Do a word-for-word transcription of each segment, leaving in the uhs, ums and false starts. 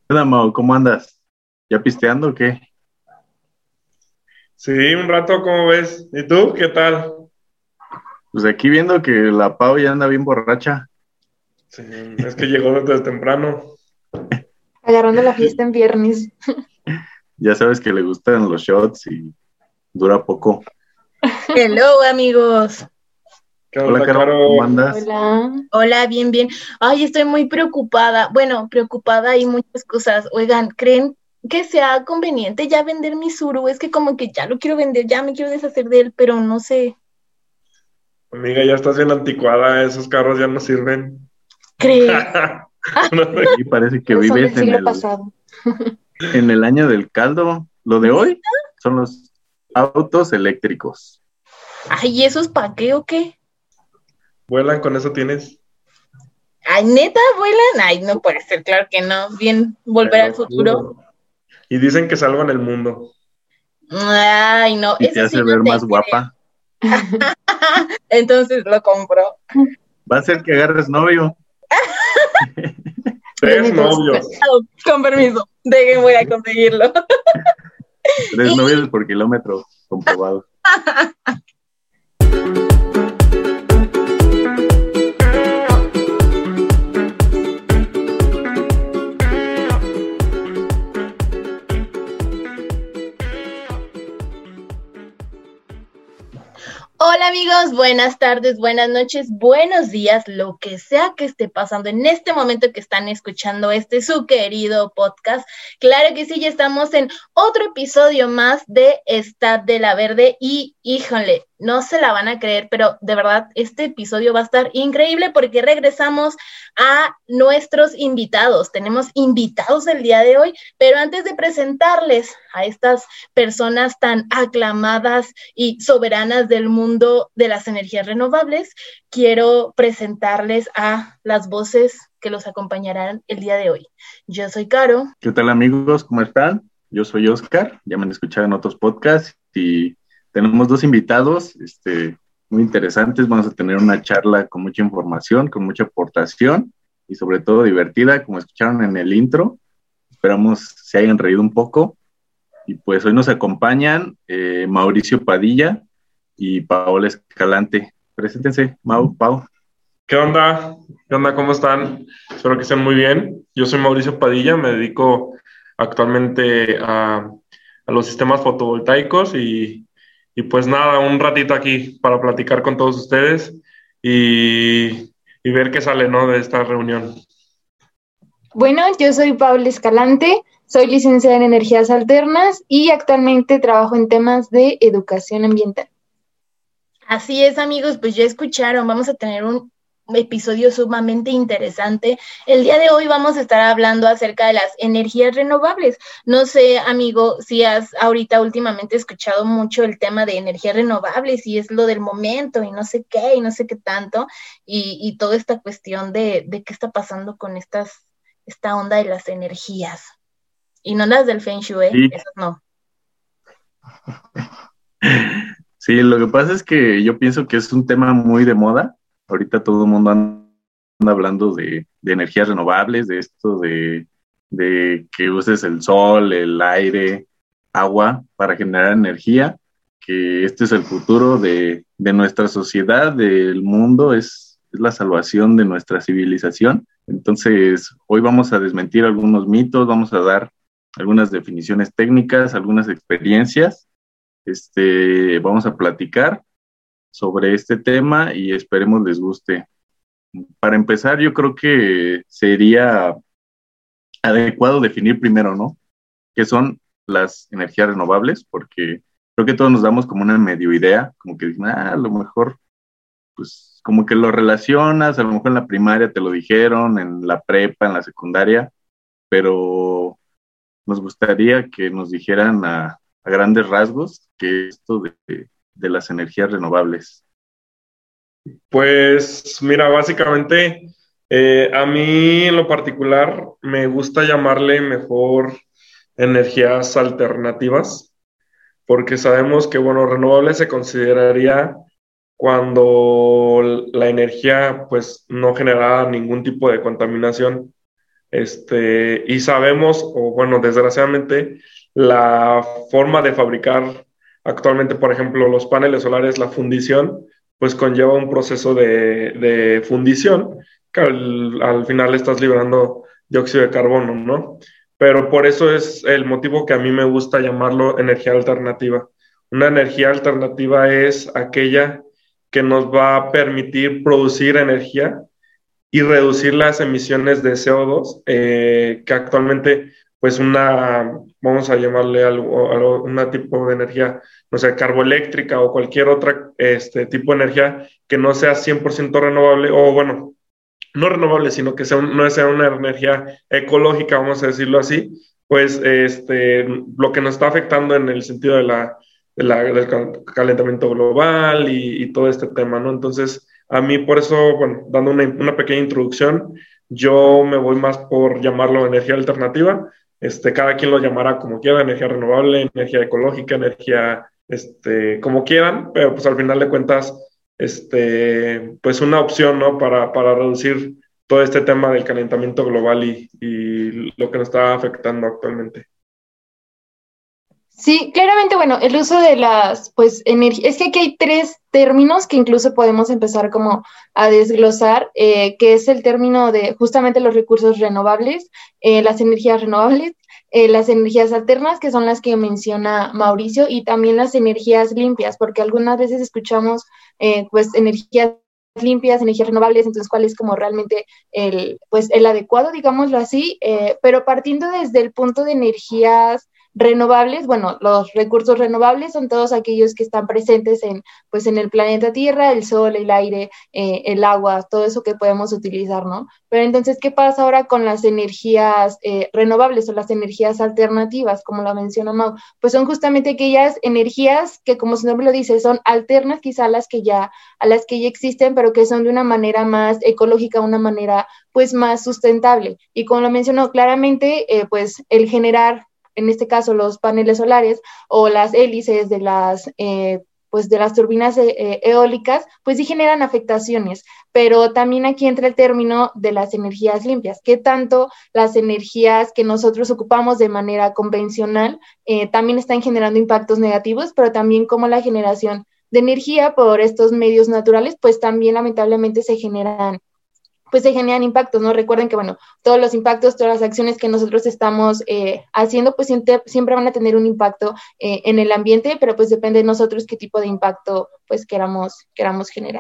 ¿Qué onda, Mau? ¿Cómo andas? ¿Ya pisteando o qué? Sí, un rato, ¿cómo ves? ¿Y tú? ¿Qué tal? Pues aquí viendo que la Pau ya anda bien borracha. Sí, es que llegó desde temprano. Agarrando la fiesta en viernes. Ya sabes que le gustan los shots y dura poco. Hello, amigos. ¿Qué Hola, onda, Caro, ¿cómo Caro? andas? Hola. Hola, bien, bien. Ay, estoy muy preocupada. Bueno, preocupada y muchas cosas. Oigan, ¿creen que sea conveniente ya vender mi Suru? Es que como que ya lo quiero vender, ya me quiero deshacer de él, pero no sé. Amiga, ya estás bien anticuada, esos carros ya no sirven. ¿Crees? No sé. Sí, parece que Esos son vives del en siglo el, pasado. en el año del caldo. Lo de ¿Ne- hoy son los autos eléctricos. Ay, ¿y esos pa' qué o qué? ¿Vuelan con eso tienes? Ay, ¿neta vuelan? Ay, no puede ser, claro que no. Bien, Te volver al lo futuro. juro. Y dicen que salvan el mundo. Ay, no, Y te eso sí hace no ver te más guapa. creo. Entonces lo compro. Va a ser que agarres novio. Tres Tiene dos. novios. Oh, con permiso, dejen, voy a conseguirlo. Tres novios por kilómetro comprobado. Hola amigos, buenas tardes, buenas noches, buenos días, lo que sea que esté pasando en este momento que están escuchando este su querido podcast. Claro que sí, ya estamos en otro episodio más de Estad de la Verde y híjole, no se la van a creer, pero de verdad este episodio va a estar increíble porque regresamos a nuestros invitados. Tenemos invitados el día de hoy, pero antes de presentarles a estas personas tan aclamadas y soberanas del mundo de las energías renovables, quiero presentarles a las voces que los acompañarán el día de hoy. Yo soy Caro. ¿Qué tal, amigos? ¿Cómo están? Yo soy Oscar, ya me han escuchado en otros podcasts y tenemos dos invitados este, muy interesantes. Vamos a tener una charla con mucha información, con mucha aportación y sobre todo divertida, como escucharon en el intro. Esperamos se hayan reído un poco. Y pues hoy nos acompañan eh, Mauricio Padilla y Paola Escalante. Preséntense, Mau, Pau. ¿Qué onda? ¿Qué onda? ¿Cómo están? Espero que estén muy bien. Yo soy Mauricio Padilla, me dedico actualmente a, a los sistemas fotovoltaicos y, y pues nada, un ratito aquí para platicar con todos ustedes y, y ver qué sale, ¿no?, de esta reunión. Bueno, yo soy Paula Escalante, soy licenciada en energías alternas y actualmente trabajo en temas de educación ambiental. Así es, amigos, pues ya escucharon, vamos a tener un episodio sumamente interesante. El día de hoy vamos a estar hablando acerca de las energías renovables. No sé, amigo, si has ahorita últimamente escuchado mucho el tema de energías renovables y es lo del momento y no sé qué y no sé qué tanto y, y toda esta cuestión de, de qué está pasando con estas, esta onda de las energías. Y no las del Feng Shui, ¿eh? Sí, Esas no. sí, lo que pasa es que yo pienso que es un tema muy de moda. Ahorita todo el mundo anda hablando de, de energías renovables, de esto de, de que uses el sol, el aire, agua para generar energía, que este es el futuro de, de nuestra sociedad, del mundo, es, es la salvación de nuestra civilización. Entonces, hoy vamos a desmentir algunos mitos, vamos a dar algunas definiciones técnicas, algunas experiencias. Este, vamos a platicar sobre este tema y esperemos les guste. Para empezar, yo creo que sería adecuado definir primero, ¿no? ¿Qué son las energías renovables? Porque creo que todos nos damos como una medio idea, como que ah, a lo mejor, pues como que lo relacionas, a lo mejor en la primaria te lo dijeron, en la prepa, en la secundaria, pero nos gustaría que nos dijeran a, a grandes rasgos qué es esto de, de las energías renovables. Pues mira, básicamente eh, a mí en lo particular me gusta llamarle mejor energías alternativas, porque sabemos que, bueno, renovable se consideraría cuando la energía pues no genera ningún tipo de contaminación. este, y sabemos, o bueno, desgraciadamente, la forma de fabricar actualmente, por ejemplo, los paneles solares, la fundición, pues conlleva un proceso de, de fundición, que al, al final estás liberando dióxido de carbono, ¿no? Pero por eso es el motivo que a mí me gusta llamarlo energía alternativa. Una energía alternativa es aquella que nos va a permitir producir energía y reducir las emisiones de C O dos, eh, que actualmente, pues una, vamos a llamarle algo, algo, una tipo de energía, no sé, carboeléctrica o cualquier otra este, tipo de energía que no sea cien por ciento renovable, o bueno, no renovable, sino que sea un, no sea una energía ecológica, vamos a decirlo así, pues este, lo que nos está afectando en el sentido de la, de la, del calentamiento global y, y todo este tema, ¿no? Entonces, a mí por eso, bueno, dando una, una pequeña introducción, yo me voy más por llamarlo energía alternativa. Este, cada quien lo llamará como quiera, energía renovable, energía ecológica, energía, este, como quieran, pero pues al final de cuentas, este, pues una opción, ¿no? Para, para reducir todo este tema del calentamiento global y, y lo que nos está afectando actualmente. Sí, claramente, bueno, el uso de las, pues, energías, es que aquí hay tres términos que incluso podemos empezar como a desglosar, eh, que es el término de justamente los recursos renovables, eh, las energías renovables, eh, las energías alternas, que son las que menciona Mauricio, y también las energías limpias, porque algunas veces escuchamos, eh, pues, energías limpias, energías renovables, entonces cuál es como realmente el, pues, el adecuado, digámoslo así, eh, pero partiendo desde el punto de energías renovables, bueno, los recursos renovables son todos aquellos que están presentes en, pues, en el planeta Tierra, el sol, el aire, eh, el agua, todo eso que podemos utilizar, ¿no? Pero entonces, ¿qué pasa ahora con las energías eh, renovables o las energías alternativas, como lo menciona Mau? Pues son justamente aquellas energías que, como su nombre lo dice, son alternas quizá a las que ya, a las que ya existen, pero que son de una manera más ecológica, una manera pues más sustentable. Y como lo mencionó claramente, eh, pues el generar, en este caso los paneles solares o las hélices de las, eh, pues de las turbinas eh, eólicas, pues sí generan afectaciones, pero también aquí entra el término de las energías limpias, que tanto las energías que nosotros ocupamos de manera convencional eh, también están generando impactos negativos, pero también como la generación de energía por estos medios naturales, pues también lamentablemente se generan pues se generan impactos, ¿no? Recuerden que, bueno, todos los impactos, todas las acciones que nosotros estamos eh, haciendo, pues siempre, siempre van a tener un impacto eh, en el ambiente, pero pues depende de nosotros qué tipo de impacto, pues, queramos, queramos generar.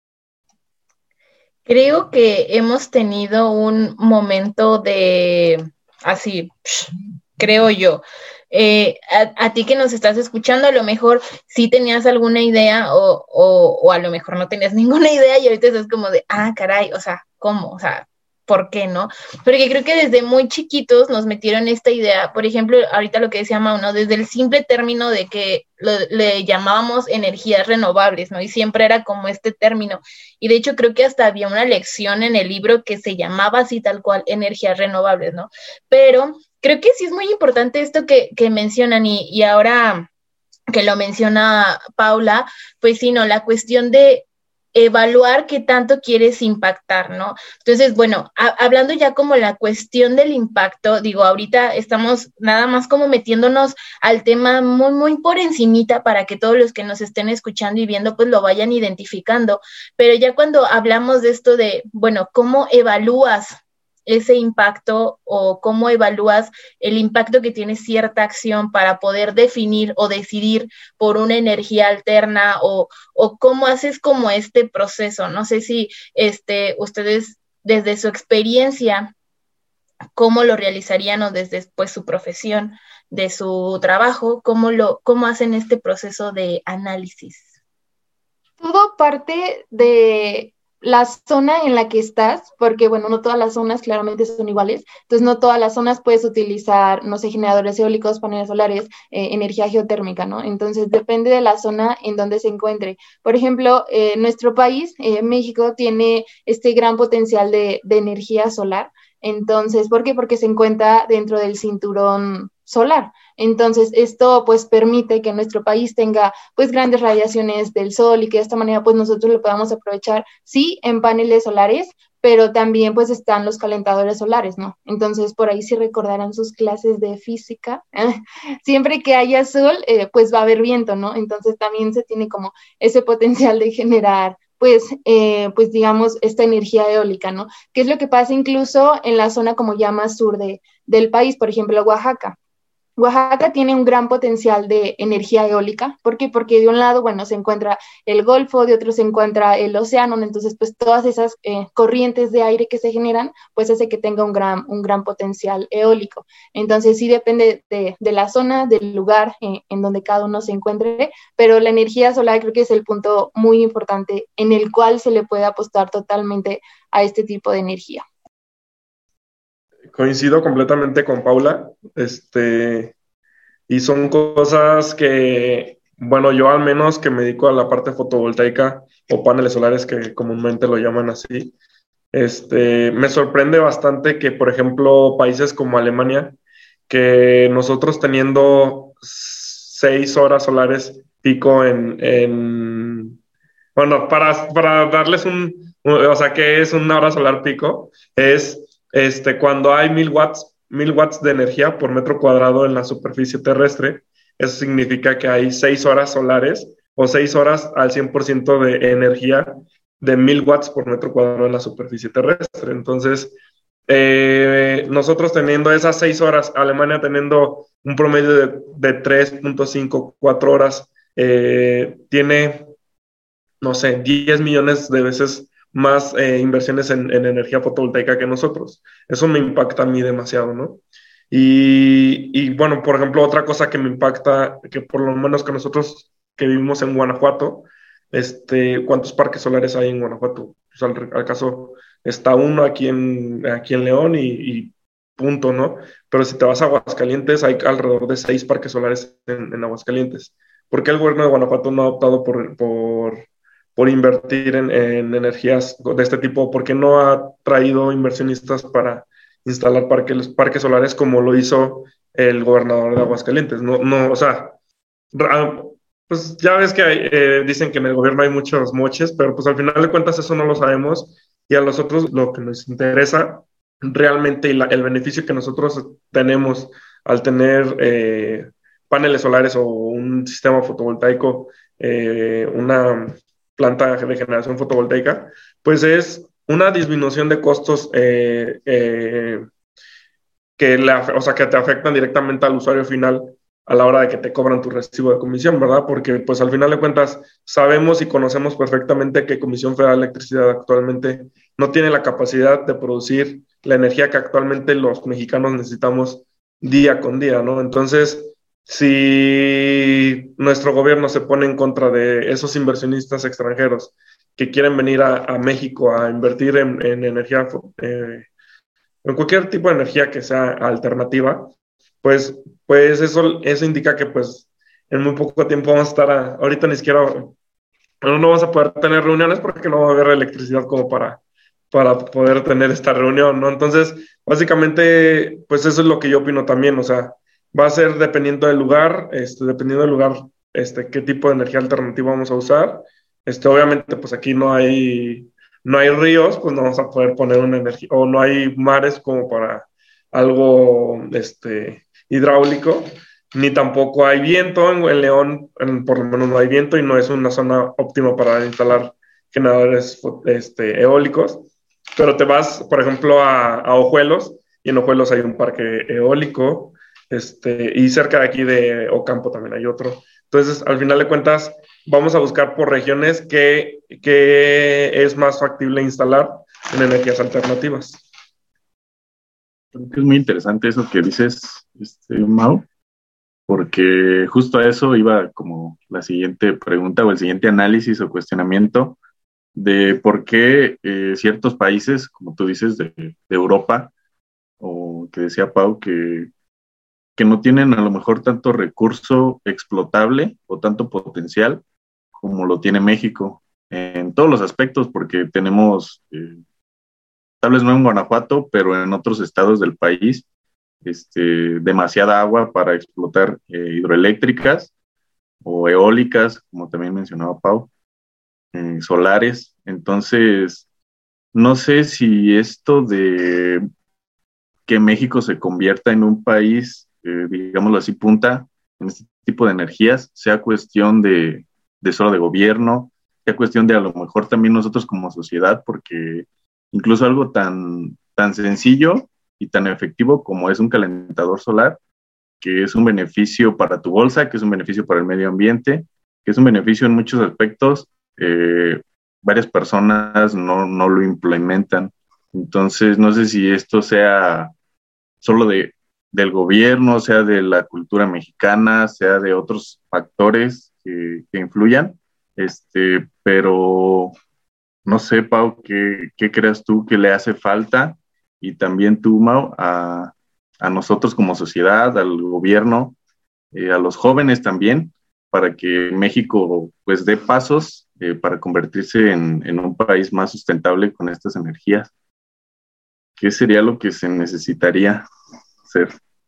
Creo que hemos tenido un momento de, así, creo yo, Eh, a, a ti que nos estás escuchando, a lo mejor sí tenías alguna idea o, o, o a lo mejor no tenías ninguna idea y ahorita estás como de, ah, caray, o sea, ¿cómo? O sea, ¿por qué no? Porque creo que desde muy chiquitos nos metieron esta idea, por ejemplo, ahorita lo que decía Mau, ¿no? Desde el simple término de que lo, le llamábamos energías renovables, ¿no? Y siempre era como este término. Y de hecho creo que hasta había una lección en el libro que se llamaba así tal cual, energías renovables, ¿no? Pero creo que sí es muy importante esto que, que mencionan y, y ahora que lo menciona Paula, pues sí, ¿no? La cuestión de evaluar qué tanto quieres impactar, ¿no? Entonces, bueno, a, hablando ya como la cuestión del impacto, digo, ahorita estamos nada más como metiéndonos al tema muy, muy por encimita para que todos los que nos estén escuchando y viendo, pues lo vayan identificando, pero ya cuando hablamos de esto de, bueno, ¿cómo evalúas ese impacto o cómo evalúas el impacto que tiene cierta acción para poder definir o decidir por una energía alterna o, o cómo haces como este proceso? No sé si este, ustedes desde su experiencia, cómo lo realizarían o desde pues, su profesión, de su trabajo, cómo, lo, cómo hacen este proceso de análisis. Todo parte de la zona en la que estás, porque, bueno, no todas las zonas claramente son iguales, entonces no todas las zonas puedes utilizar, no sé, generadores eólicos, paneles solares, eh, energía geotérmica, ¿no? Entonces depende de la zona en donde se encuentre. Por ejemplo, eh, nuestro país, eh, México, tiene este gran potencial de, de energía solar. Entonces, ¿por qué? Porque se encuentra dentro del cinturón solar. Entonces, esto pues permite que nuestro país tenga pues grandes radiaciones del sol y que de esta manera pues nosotros lo podamos aprovechar, sí, en paneles solares, pero también pues están los calentadores solares, ¿no? Entonces por ahí sí recordarán sus clases de física, siempre que haya sol, eh, pues va a haber viento, ¿no? Entonces también se tiene como ese potencial de generar pues, eh, pues digamos, esta energía eólica, ¿no? ¿Qué es lo que pasa incluso en la zona como ya más sur de, del país, por ejemplo, Oaxaca? Oaxaca tiene un gran potencial de energía eólica. ¿Por qué? Porque de un lado, bueno, se encuentra el Golfo, de otro se encuentra el océano, entonces pues todas esas eh, corrientes de aire que se generan, pues hace que tenga un gran, un gran potencial eólico. Entonces sí depende de, de la zona, del lugar eh, en donde cada uno se encuentre, pero la energía solar creo que es el punto muy importante en el cual se le puede apostar totalmente a este tipo de energía. Coincido completamente con Paula, este, y son cosas que, bueno, yo al menos que me dedico a la parte fotovoltaica o paneles solares que comúnmente lo llaman así, este, me sorprende bastante que, por ejemplo, países como Alemania, que nosotros teniendo seis horas solares pico en, en bueno, para, para darles un, o sea, que es una hora solar pico, es este, cuando hay mil watts, mil watts de energía por metro cuadrado en la superficie terrestre, eso significa que hay seis horas solares o seis horas al cien por ciento de energía de mil watts por metro cuadrado en la superficie terrestre. Entonces, eh, nosotros teniendo esas seis horas, Alemania teniendo un promedio de, de tres punto cinco, cuatro horas, eh, tiene, no sé, diez millones de veces más eh, inversiones en, en energía fotovoltaica que nosotros. Eso me impacta a mí demasiado, ¿no? Y, y bueno, por ejemplo, otra cosa que me impacta, que por lo menos que nosotros que vivimos en Guanajuato, este, ¿cuántos parques solares hay en Guanajuato? Pues al, al caso está uno aquí en, aquí en León y, y punto, ¿no? Pero si te vas a Aguascalientes, hay alrededor de seis parques solares en, en Aguascalientes. ¿Por qué el gobierno de Guanajuato no ha optado por, por por invertir en, en energías de este tipo? Porque no ha traído inversionistas para instalar parques, parques solares como lo hizo el gobernador de Aguascalientes. No, no, o sea, pues ya ves que hay, eh, dicen que en el gobierno hay muchos moches, pero pues al final de cuentas eso no lo sabemos, y a nosotros lo que nos interesa realmente y la, el beneficio que nosotros tenemos al tener eh, paneles solares o un sistema fotovoltaico, eh, una planta de generación fotovoltaica, pues es una disminución de costos eh, eh, que, la, o sea, que te afectan directamente al usuario final a la hora de que te cobran tu recibo de comisión, ¿verdad? Porque pues al final de cuentas sabemos y conocemos perfectamente que Comisión Federal de Electricidad actualmente no tiene la capacidad de producir la energía que actualmente los mexicanos necesitamos día con día, ¿no? Entonces, si nuestro gobierno se pone en contra de esos inversionistas extranjeros que quieren venir a, a México a invertir en, en energía, eh, en cualquier tipo de energía que sea alternativa, pues, pues eso, eso indica que pues en muy poco tiempo vamos a estar, a, ahorita ni siquiera, no vamos a poder tener reuniones porque no va a haber electricidad como para, para poder tener esta reunión, ¿no? Entonces, básicamente, pues eso es lo que yo opino también, o sea, va a ser dependiendo del lugar, este, dependiendo del lugar, este, qué tipo de energía alternativa vamos a usar. Este, obviamente, pues aquí no hay, no hay ríos, pues no vamos a poder poner una energía, o no hay mares como para algo, este, hidráulico, ni tampoco hay viento. En, en León, en, por lo menos no hay viento y no es una zona óptima para instalar generadores este, eólicos. Pero te vas, por ejemplo, a, a Ojuelos, y en Ojuelos hay un parque eólico, este, y cerca de aquí de Ocampo también hay otro. Entonces, al final de cuentas, vamos a buscar por regiones qué, qué es más factible instalar en energías alternativas. Creo que es muy interesante eso que dices, este, Mau, porque justo a eso iba como la siguiente pregunta o el siguiente análisis o cuestionamiento de por qué eh, ciertos países, como tú dices, de, de Europa, o que decía Pau, que, que no tienen a lo mejor tanto recurso explotable o tanto potencial como lo tiene México en todos los aspectos, porque tenemos, eh, tal vez no en Guanajuato, pero en otros estados del país, este, demasiada agua para explotar eh, hidroeléctricas o eólicas, como también mencionaba Pau, eh, solares. Entonces, no sé si esto de que México se convierta en un país, eh, digámoslo así, punta en este tipo de energías, sea cuestión de, de solo de gobierno, sea cuestión de a lo mejor también nosotros como sociedad, porque incluso algo tan, tan sencillo y tan efectivo como es un calentador solar, que es un beneficio para tu bolsa, que es un beneficio para el medio ambiente, que es un beneficio en muchos aspectos, eh, varias personas no, no lo implementan. Entonces, no sé si esto sea solo de, del gobierno, sea de la cultura mexicana, sea de otros factores que, que influyan, este, pero no sé, Pau, ¿qué, qué creas tú que le hace falta? Y también tú, Mau, a, a nosotros como sociedad, al gobierno, eh, a los jóvenes también, para que México pues dé pasos eh, para convertirse en, en un país más sustentable con estas energías. ¿Qué sería lo que se necesitaría hacer?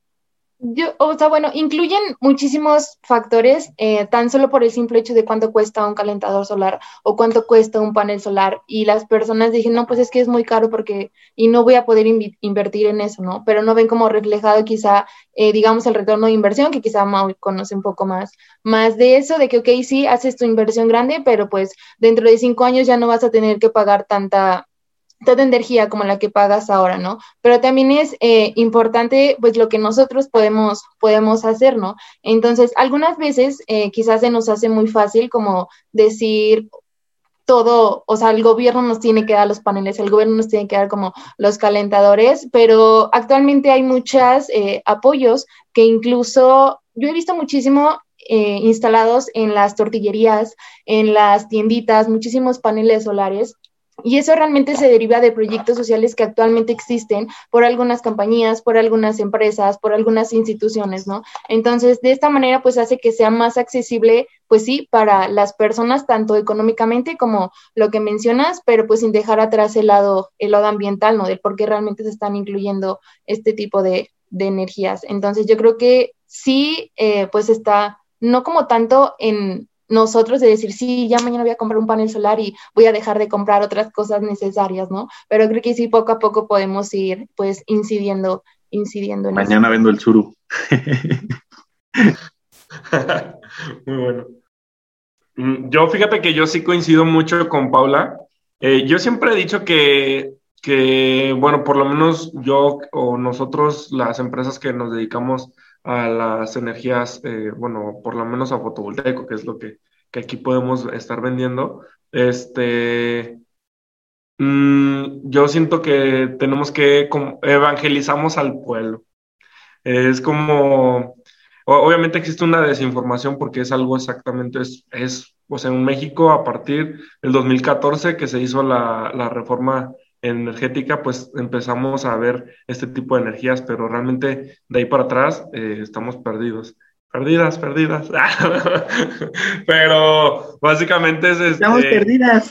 Yo, o sea, bueno, incluyen muchísimos factores, eh, tan solo por el simple hecho de cuánto cuesta un calentador solar o cuánto cuesta un panel solar. Y las personas dicen, no, pues es que es muy caro porque, y no voy a poder inv- invertir en eso, ¿no? Pero no ven como reflejado quizá, eh, digamos, el retorno de inversión, que quizá Mau conoce un poco más, más de eso, de que, ok, sí, haces tu inversión grande, pero pues dentro de cinco años ya no vas a tener que pagar tanta tanta energía como la que pagas ahora, ¿no? Pero también es eh, importante, pues, lo que nosotros podemos, podemos hacer, ¿no? Entonces, algunas veces eh, quizás se nos hace muy fácil como decir todo, o sea, el gobierno nos tiene que dar los paneles, el gobierno nos tiene que dar como los calentadores, pero actualmente hay muchos eh, apoyos que incluso yo he visto muchísimo eh, instalados en las tortillerías, en las tienditas, muchísimos paneles solares. Y eso realmente se deriva de proyectos sociales que actualmente existen por algunas compañías, por algunas empresas, por algunas instituciones, ¿no? Entonces, de esta manera, pues hace que sea más accesible, pues sí, para las personas, tanto económicamente como lo que mencionas, pero pues sin dejar atrás el lado, el lado ambiental, ¿no? De por qué realmente se están incluyendo este tipo de, de energías. Entonces, yo creo que sí, eh, pues está, no como tanto en nosotros de decir, sí, ya mañana voy a comprar un panel solar y voy a dejar de comprar otras cosas necesarias, ¿no? Pero creo que sí, poco a poco podemos ir, pues, incidiendo, incidiendo en Mañana eso. vendo el suru. Muy bueno. Yo fíjate que yo sí coincido mucho con Paula. Eh, yo siempre he dicho que, que, bueno, por lo menos yo o nosotros, las empresas que nos dedicamos a las energías, eh, bueno, por lo menos a fotovoltaico, que es lo que, que aquí podemos estar vendiendo, este, mmm, yo siento que tenemos que como, evangelizamos al pueblo. Es como, o- obviamente existe una desinformación porque es algo exactamente, es, es, o sea, en México a partir del dos mil catorce que se hizo la, la reforma energética, pues empezamos a ver este tipo de energías, pero realmente de ahí para atrás eh, estamos perdidos. Perdidas, perdidas. Pero básicamente es Estamos este. perdidas.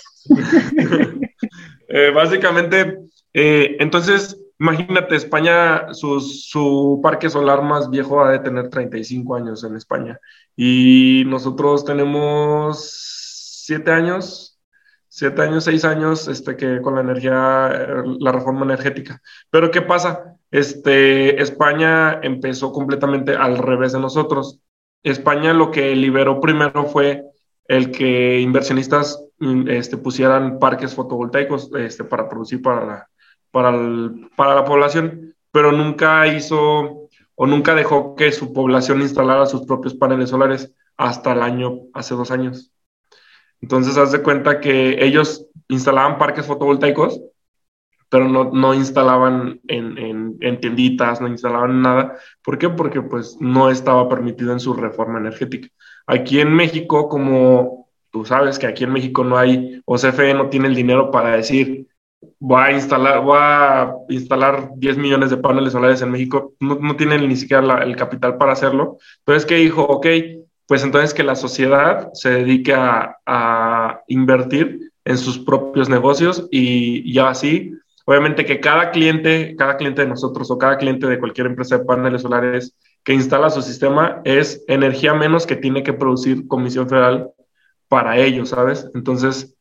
Eh, básicamente, eh, entonces, imagínate, España, su, su parque solar más viejo ha de tener treinta y cinco años en España. Y nosotros tenemos siete años, siete años, seis años, este, que con la energía, eh, la reforma energética. Pero ¿qué pasa? Este, España empezó completamente al revés de nosotros. España lo que liberó primero fue el que inversionistas este, pusieran parques fotovoltaicos este, para producir para la, para, el, para la población, pero nunca hizo o nunca dejó que su población instalara sus propios paneles solares hasta el año, hace dos años. Entonces, haz de cuenta que ellos instalaban parques fotovoltaicos, pero no, no instalaban en, en, en tienditas, no instalaban nada. ¿Por qué? Porque pues no estaba permitido en su reforma energética. Aquí en México, como tú sabes que aquí en México no hay, o C F E no tiene el dinero para decir, voy a instalar, voy a instalar diez millones de paneles solares en México, no, no tienen ni siquiera la, el capital para hacerlo. Entonces, ¿qué dijo? Ok, pues entonces que la sociedad se dedique a, a invertir en sus propios negocios y ya así, obviamente que cada cliente, cada cliente de nosotros o cada cliente de cualquier empresa de paneles solares que instala su sistema es energía menos que tiene que producir Comisión Federal para ellos, ¿sabes? Entonces,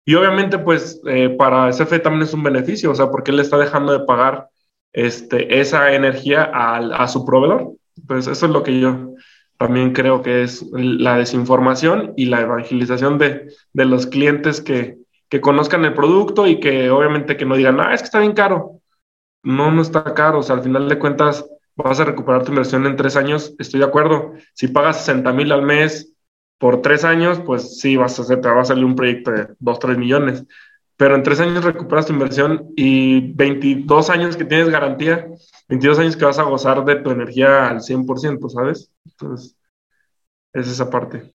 Y obviamente, pues, eh, para C F E también es un beneficio, o sea, porque él está dejando de pagar este, esa energía a, a su proveedor. Pues eso es lo que yo también creo que es la desinformación y la evangelización de, de los clientes que, que conozcan el producto y que obviamente que no digan, ah, es que está bien caro. No, no está caro, o sea, al final de cuentas vas a recuperar tu inversión en tres años, estoy de acuerdo. Si pagas sesenta mil al mes por tres años, pues sí, vas a hacer, te va a salir un proyecto de dos, tres millones. Pero en tres años recuperas tu inversión y veintidós años que tienes garantía, veintidós años que vas a gozar de tu energía al cien por ciento, ¿sabes? Entonces, es esa parte.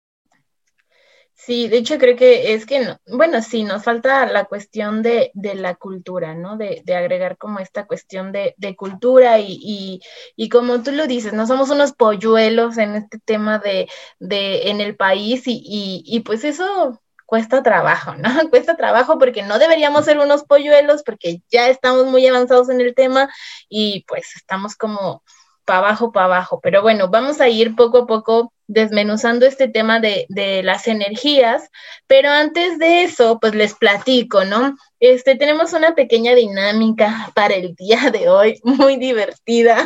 Sí, de hecho creo que es que, no, bueno, sí, nos falta la cuestión de, de la cultura, ¿no? De, de agregar como esta cuestión de, de cultura y, y, y como tú lo dices, no somos unos polluelos en este tema de, de en el país y, y, y pues eso cuesta trabajo, ¿no? Cuesta trabajo porque no deberíamos ser unos polluelos porque ya estamos muy avanzados en el tema y pues estamos como para abajo, para abajo. Pero bueno, vamos a ir poco a poco desmenuzando este tema de, de las energías, pero antes de eso, pues les platico, ¿no? Este, tenemos una pequeña dinámica para el día de hoy, muy divertida,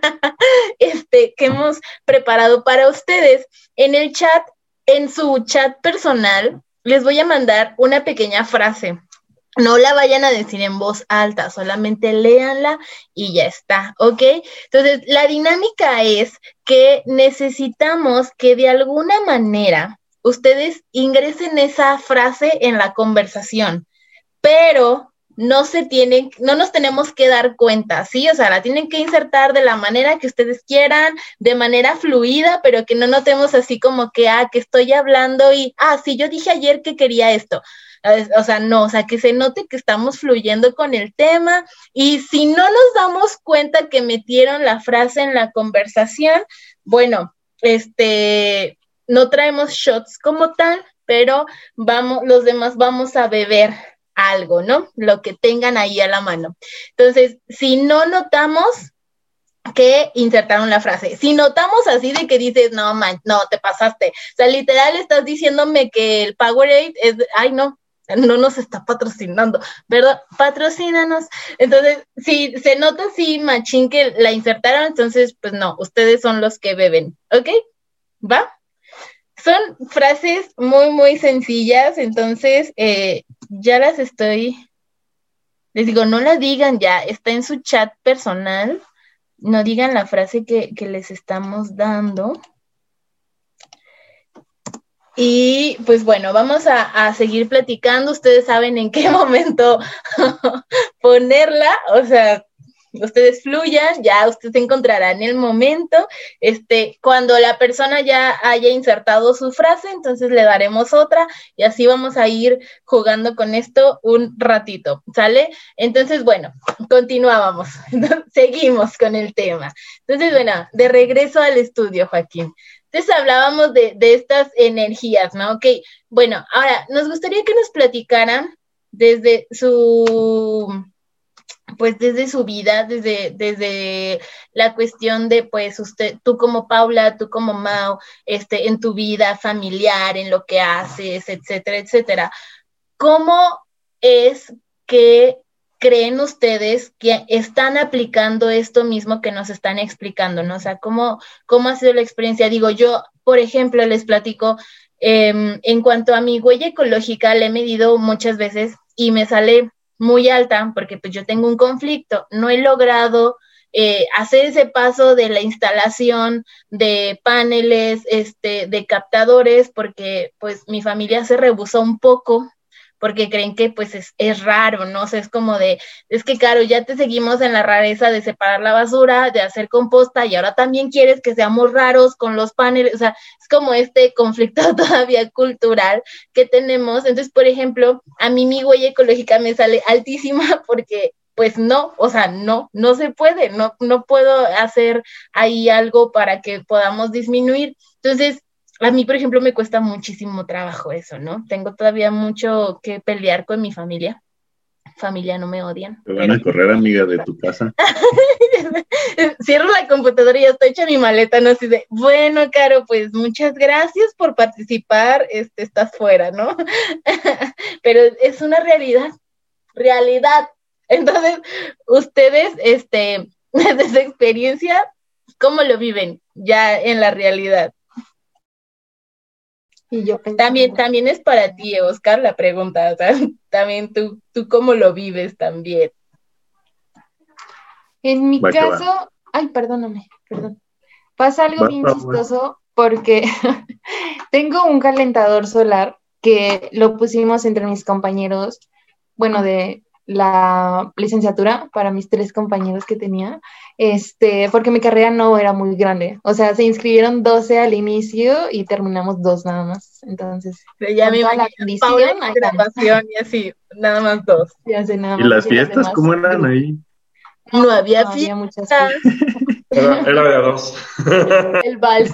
este, que hemos preparado para ustedes. En el chat, en su chat personal, les voy a mandar una pequeña frase. No la vayan a decir en voz alta, solamente léanla y ya está, ¿ok? Entonces, la dinámica es que necesitamos que de alguna manera ustedes ingresen esa frase en la conversación, pero no se tienen, no nos tenemos que dar cuenta, ¿sí? O sea, la tienen que insertar de la manera que ustedes quieran, de manera fluida, pero que no notemos así como que, ah, que estoy hablando y, ah, sí, yo dije ayer que quería esto. O sea, no, o sea, que se note que estamos fluyendo con el tema y si no nos damos cuenta que metieron la frase en la conversación, bueno, este, no traemos shots como tal, pero vamos, los demás vamos a beber algo, ¿no? Lo que tengan ahí a la mano. Entonces, si no notamos que insertaron la frase. Si notamos así de que dices, no, man, no, te pasaste. O sea, literal estás diciéndome que el Powerade es, ay, no, no nos está patrocinando, ¿verdad? Patrocínanos. Entonces, si se nota así, machín, que la insertaron, entonces, pues no, ustedes son los que beben, ¿ok? ¿Va? Son frases muy, muy sencillas, entonces, eh, ya las estoy, les digo, no la digan ya, está en su chat personal, no digan la frase que, que les estamos dando. Y pues bueno, vamos a, a seguir platicando. Ustedes saben en qué momento ponerla, o sea, ustedes fluyan, ya ustedes encontrarán el momento. Este, cuando la persona ya haya insertado su frase, entonces le daremos otra y así vamos a ir jugando con esto un ratito, ¿sale? Entonces, bueno, continuábamos, seguimos con el tema. Entonces, bueno, de regreso al estudio, Joaquín. Entonces hablábamos de, de estas energías, ¿no? Ok, bueno, ahora nos gustaría que nos platicaran desde su, pues desde su vida, desde, desde la cuestión de, pues usted, tú como Paula, tú como Mau, este, en tu vida familiar, en lo que haces, etcétera, etcétera. ¿Cómo es que creen ustedes que están aplicando esto mismo que nos están explicando, ¿no? O sea, ¿cómo, cómo ha sido la experiencia? Digo, yo, por ejemplo, les platico, eh, en cuanto a mi huella ecológica, la he medido muchas veces y me sale muy alta porque pues yo tengo un conflicto, no he logrado eh, hacer ese paso de la instalación de paneles, este, de captadores, porque pues mi familia se rehusó un poco, porque creen que pues es, es raro, ¿no? O sea, es como de, es que Caro, ya te seguimos en la rareza de separar la basura, de hacer composta, y ahora también quieres que seamos raros con los paneles, o sea, es como este conflicto todavía cultural que tenemos. Entonces, por ejemplo, a mí mi huella ecológica me sale altísima porque pues no, o sea, no, no se puede, no, no puedo hacer ahí algo para que podamos disminuir. Entonces, a mí, por ejemplo, me cuesta muchísimo trabajo eso, ¿no? Tengo todavía mucho que pelear con mi familia familia, no me odian. Te van a correr, amiga, de tu casa. Cierro la computadora y ya estoy hecha mi maleta, ¿no? Así de, bueno, Caro, pues muchas gracias por participar, este, estás fuera, ¿no? Pero es una realidad, realidad. Entonces, ustedes, este, desde su experiencia, ¿cómo lo viven ya en la realidad? Y yo pensando, También, también es para ti, Oscar, la pregunta, o sea, también tú, tú cómo lo vives también. en mi Va que va. caso, ay, perdóname, perdón. Pasa algo Va, bien va, va. chistoso porque tengo un calentador solar que lo pusimos entre mis compañeros, bueno, de la licenciatura, para mis tres compañeros que tenía, este, porque mi carrera no era muy grande. O sea, se inscribieron doce al inicio y terminamos dos nada más. Entonces, Pero ya con me toda la imagino, Paula bendición, en ahí grabación y así, nada más dos. ya sé nada ¿Y más. las y los fiestas demás, cómo eran grupo. ahí? No había No había muchas fiestas. fiestas. Era, era de a dos. El vals.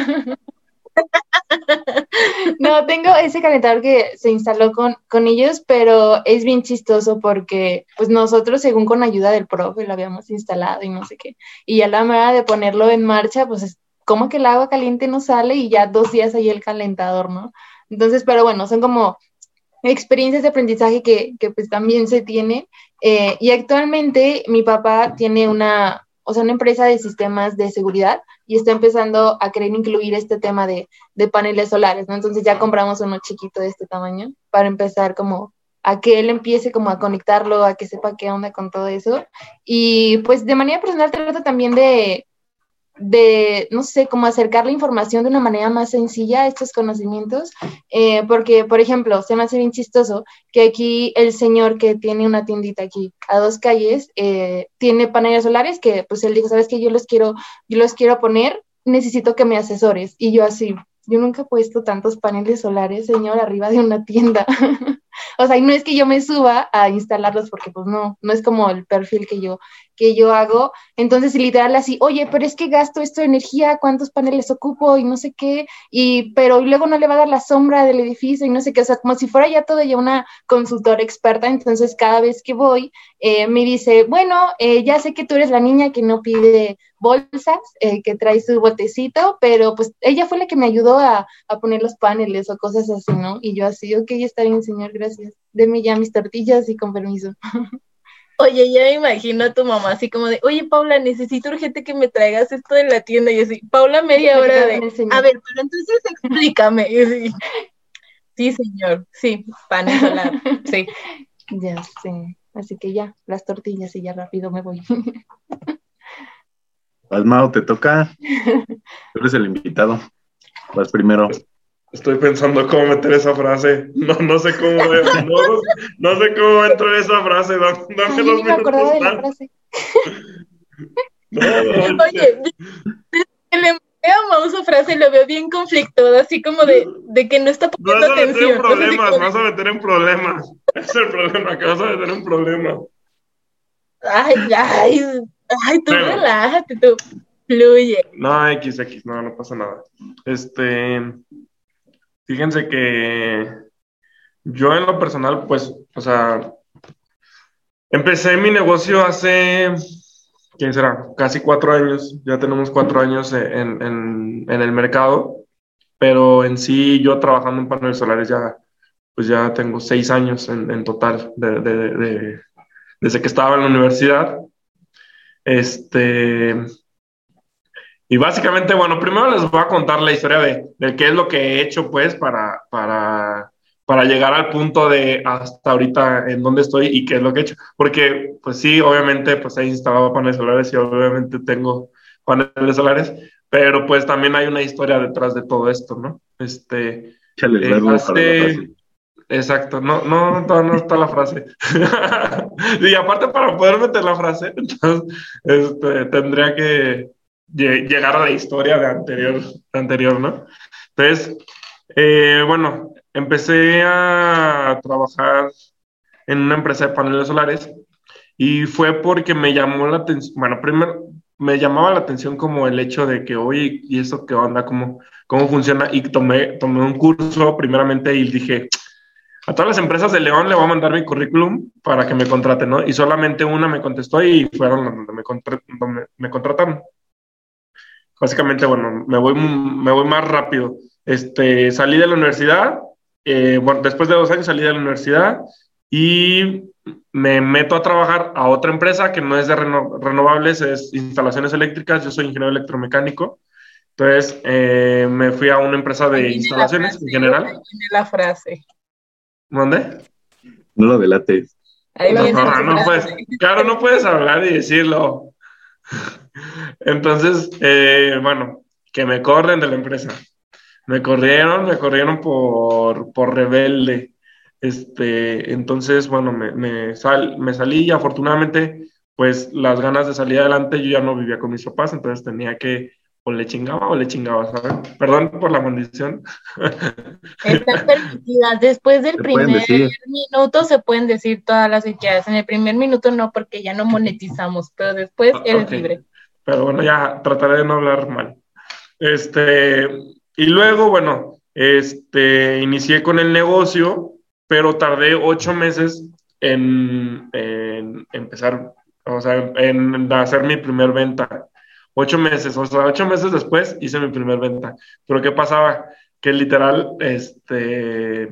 No, tengo ese calentador que se instaló con, con ellos, pero es bien chistoso porque pues nosotros según con ayuda del profe lo habíamos instalado y no sé qué. Y ya la manera de ponerlo en marcha, pues es como que el agua caliente no sale y ya dos días ahí el calentador, ¿no? Entonces, pero bueno, son como experiencias de aprendizaje que, que pues también se tiene. Eh, y actualmente mi papá tiene una, o sea, una empresa de sistemas de seguridad y está empezando a querer incluir este tema de, de paneles solares, ¿no? Entonces ya compramos uno chiquito de este tamaño para empezar como a que él empiece como a conectarlo, a que sepa qué onda con todo eso. Y pues de manera personal trato también de de, no sé, cómo acercar la información de una manera más sencilla a estos conocimientos, eh, porque, por ejemplo, se me hace bien chistoso que aquí el señor que tiene una tiendita aquí a dos calles, eh, tiene paneles solares que, pues, él dijo, ¿sabes qué? Yo los quiero, yo los quiero poner, necesito que me asesores, y yo así, yo nunca he puesto tantos paneles solares, señor, arriba de una tienda. O sea, y no es que yo me suba a instalarlos porque pues no, no es como el perfil que yo, que yo hago. Entonces, literal así, oye, pero es que gasto esto de energía, ¿cuántos paneles ocupo? Y no sé qué, y pero luego no le va a dar la sombra del edificio y no sé qué, o sea, como si fuera ya todo ya una consultora experta. Entonces, cada vez que voy, eh, me dice, bueno, eh, ya sé que tú eres la niña que no pide bolsas, eh, que trae su botecito, pero pues ella fue la que me ayudó a, a poner los paneles o cosas así, ¿no? Y yo así, ok, está bien, señor, gracias. Deme ya mis tortillas y con permiso. Oye, ya me imagino a tu mamá así como de, oye, Paula, necesito urgente que me traigas esto de la tienda. Y así, Paula, media hora de, a ver, pero entonces explícame. Y así, sí, señor, sí, panel solar, sí. Ya sé, así que ya, las tortillas y ya rápido me voy. Vas, Mau, te toca. Tú eres el invitado. Vas primero. Estoy pensando cómo meter esa frase. No, no sé cómo, no, no sé cómo entro en esa frase. Dame, dame Ay, dos ni me acordaba de la minutos más. frase. No, no, Oye, le mandé a Mau su frase y lo veo bien conflictuado, así como de, de que no está vas poniendo a meter atención. en problemas, Así como vas a meter en problemas. Ese es el problema, que vas a meter en problemas. de, ay, ay, ay, tú Bueno. relájate, tú, fluye. No, X, X, no, no pasa nada. Este, fíjense que yo en lo personal, pues, o sea, empecé mi negocio hace, ¿quién será? Casi cuatro años, ya tenemos cuatro años en, en, en el mercado, pero en sí yo trabajando en paneles solares ya, pues ya tengo seis años en, en total, de, de, de, de, desde que estaba en la universidad. Este, y básicamente, bueno, primero les voy a contar la historia de, de qué es lo que he hecho, pues, para, para, para llegar al punto de hasta ahorita en dónde estoy y qué es lo que he hecho. Porque, pues sí, obviamente, pues he instalado paneles solares y obviamente tengo paneles solares, pero pues también hay una historia detrás de todo esto, ¿no? Este, Échale el eh, verbo hace... para la frase. Exacto, no, no, no, no está la frase. Y aparte para poder meter la frase, entonces, este, tendría que llegar a la historia de anterior, anterior, ¿no? Entonces, eh, bueno, empecé a trabajar en una empresa de paneles solares y fue porque me llamó la atención, bueno, primero me llamaba la atención como el hecho de que, oye, ¿y eso qué onda? ¿Cómo, cómo funciona? Y tomé, tomé un curso primeramente y dije, a todas las empresas de León le voy a mandar mi currículum para que me contraten, ¿no? Y solamente una me contestó y fueron donde me, contra- donde me contrataron. Básicamente, bueno, me voy, me voy más rápido. Este, salí de la universidad, eh, bueno, después de dos años salí de la universidad y me meto a trabajar a otra empresa que no es de reno- renovables, es instalaciones eléctricas. Yo soy ingeniero electromecánico. Entonces, eh, me fui a una empresa Ahí de viene la instalaciones frase, en general. ahí viene la frase. ¿Dónde? No lo delates. Ahí No, viene no, la no, pues, frase. claro, no puedes hablar y decirlo. Entonces, eh, bueno, que me corren de la empresa. Me corrieron, me corrieron por, por rebelde. Este, entonces, bueno, me, me, sal, me salí y afortunadamente, pues las ganas de salir adelante, yo ya no vivía con mis papás, entonces tenía que, o le chingaba o le chingaba, ¿sabes? Perdón por la maldición. Están permitidas. Después del Se pueden primer decir. minuto se pueden decir todas las que quieras. En el primer minuto no, porque ya no monetizamos, pero después eres Ok, libre. pero bueno, ya trataré de no hablar mal. Este, y luego, bueno, este, inicié con el negocio, pero tardé ocho meses en, en empezar, o sea, en hacer mi primer venta. Ocho meses, o sea, ocho meses después hice mi primer venta. Pero ¿qué pasaba? Que literal, este,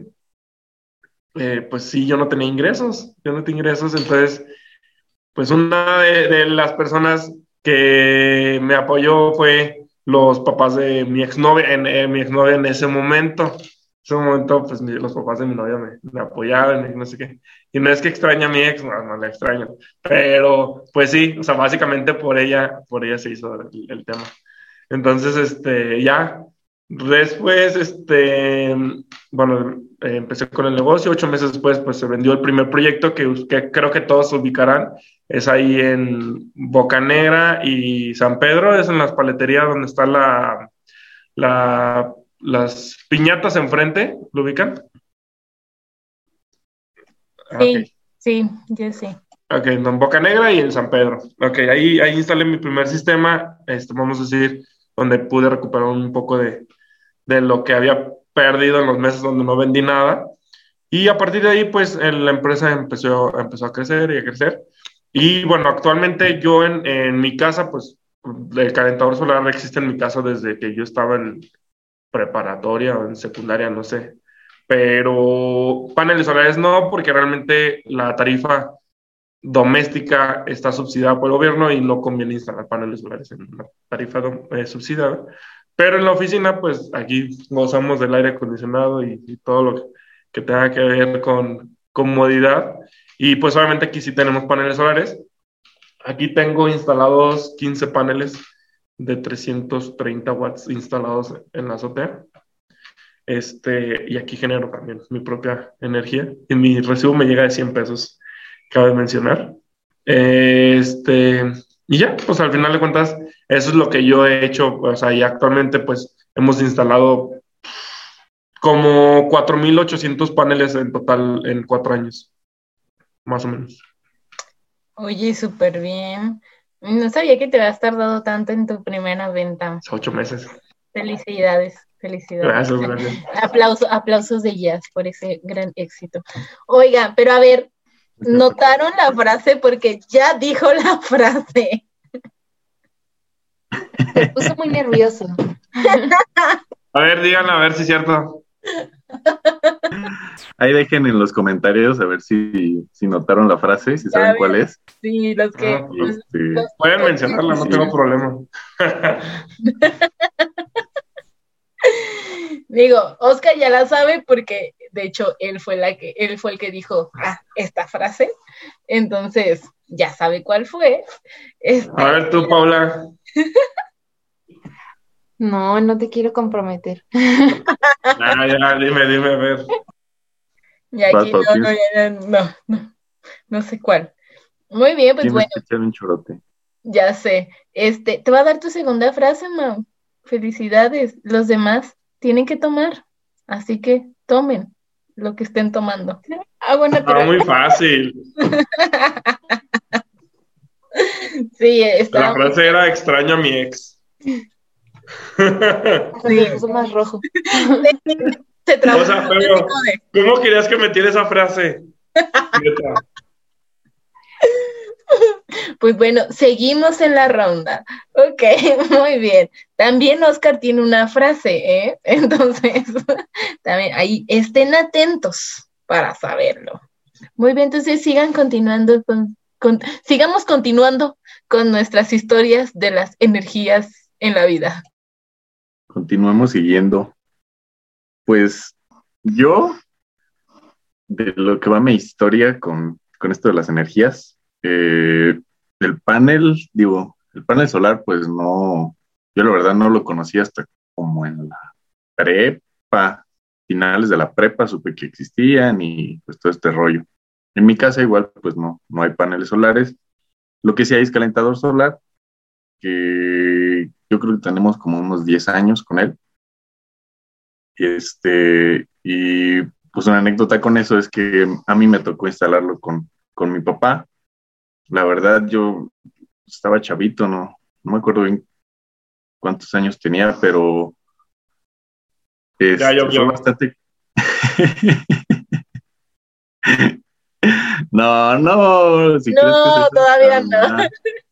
eh, pues sí, yo no tenía ingresos, yo no tenía ingresos, entonces, pues una de, de las personas que me apoyó fue los papás de mi exnovia, en, eh, mi exnovia en ese momento. En ese momento, pues mi- los papás de mi novia me, me apoyaban y no sé qué. Y no es que extrañe a mi ex, no, no la extraño. Pero, pues sí, o sea, básicamente por ella, por ella se hizo el, el tema. Entonces, este, ya, después, este, bueno, eh, empecé con el negocio, ocho meses después, pues se vendió el primer proyecto que, que creo que todos ubicarán, es ahí en Bocanegra y San Pedro, es en las paleterías donde está la, la, las piñatas enfrente, ¿lo ubican? Ah, ok. Sí, sí, yo sí. Ok, en Bocanegra y en San Pedro. Ok, ahí, ahí instalé mi primer sistema, este, vamos a decir, donde pude recuperar un poco de, de lo que había perdido en los meses donde no vendí nada. Y a partir de ahí, pues el- la empresa empezó, empezó a crecer y a crecer. Y bueno, actualmente yo en, en mi casa, pues el calentador solar existe en mi casa desde que yo estaba en preparatoria o en secundaria, no sé. Pero paneles solares no, porque realmente la tarifa doméstica está subsidiada por el gobierno y no conviene instalar paneles solares en una tarifa dom- eh, subsidiada. Pero en la oficina, pues aquí gozamos del aire acondicionado y, y todo lo que, que tenga que ver con comodidad. Y pues obviamente aquí sí tenemos paneles solares. Aquí tengo instalados quince paneles de trescientos treinta watts instalados en la azotea. Este, y aquí genero también mi propia energía. Y mi recibo me llega de cien pesos, cabe mencionar. Este, y ya, pues al final de cuentas, eso es lo que yo he hecho. O sea, y actualmente, pues hemos instalado como cuatro mil ochocientos paneles en total en cuatro años, más o menos. Oye, súper bien. No sabía que te habías tardado tanto en tu primera venta. Ocho meses. Felicidades, felicidades. Gracias, gracias. Aplausos, aplausos de Jazz por ese gran éxito. Oiga, pero a ver, ¿notaron la frase? Porque ya dijo la frase. Se puso muy nervioso. A ver, díganla, a ver si es cierto. Ahí dejen en los comentarios a ver si, si notaron la frase, si Ya saben ves. cuál es. Sí, los que... Ah, Y, los- este, los- Pueden mencionarla, no Sí. tengo problema. Digo, Oscar ya la sabe porque de hecho él fue la que él fue el que dijo ah, esta frase, entonces ya sabe cuál fue. Este, A ver tú, Paula. No, no te quiero comprometer. Ya, ya, dime, dime, a ver. y aquí Vas, no, Pau, no, ya no, no, no, no sé cuál. Muy bien, pues tienes bueno, que echar un chorote. ya sé. Este, te va a dar tu segunda frase, Mau. Felicidades. Los demás tienen que tomar, así que tomen lo que estén tomando. Agua Ah, natural. muy fácil. Sí, La está. frase era extraño a mi ex. Hasta se puso más rojo. Se trabó. O sea, pero, ¿cómo querías que metiera esa frase? Pues bueno, seguimos en la ronda. Ok, muy bien. También Oscar tiene una frase, ¿eh? Entonces, también ahí estén atentos para saberlo. Muy bien, entonces sigan continuando con, con sigamos continuando con nuestras historias de las energías en la vida. Continuemos siguiendo. Pues yo, de lo que va mi historia con, con esto de las energías, eh, el panel, digo, el panel solar, pues no, yo la verdad no lo conocí hasta como en la prepa, finales de la prepa, supe que existían y pues todo este rollo. En mi casa igual, pues no, no hay paneles solares. Lo que sí hay es calentador solar, que yo creo que tenemos como unos diez años con él. Este, y pues una anécdota con eso es que a mí me tocó instalarlo con, con mi papá. La verdad, yo estaba chavito, no, no me acuerdo bien cuántos años tenía, pero este, Ya llovió. fue bastante. No, no, si no, crees que es todavía no.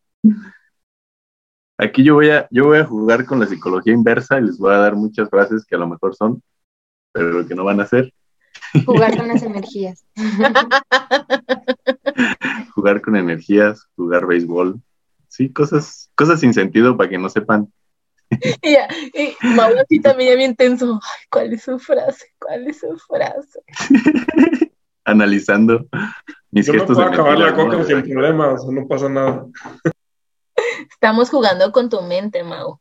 Aquí yo voy a, yo voy a jugar con la psicología inversa y les voy a dar muchas frases que a lo mejor son, pero que no van a ser. Jugar con las energías. Jugar con energías, jugar béisbol. Sí, cosas, cosas sin sentido para que no sepan. Y, ya, y Mau así también ya bien tenso. Ay, ¿cuál es su frase? ¿Cuál es su frase? Analizando mis Yo me gestos puedo de acabar la mentira, coca ¿no? sin problemas, no pasa nada. Estamos jugando con tu mente, Mau.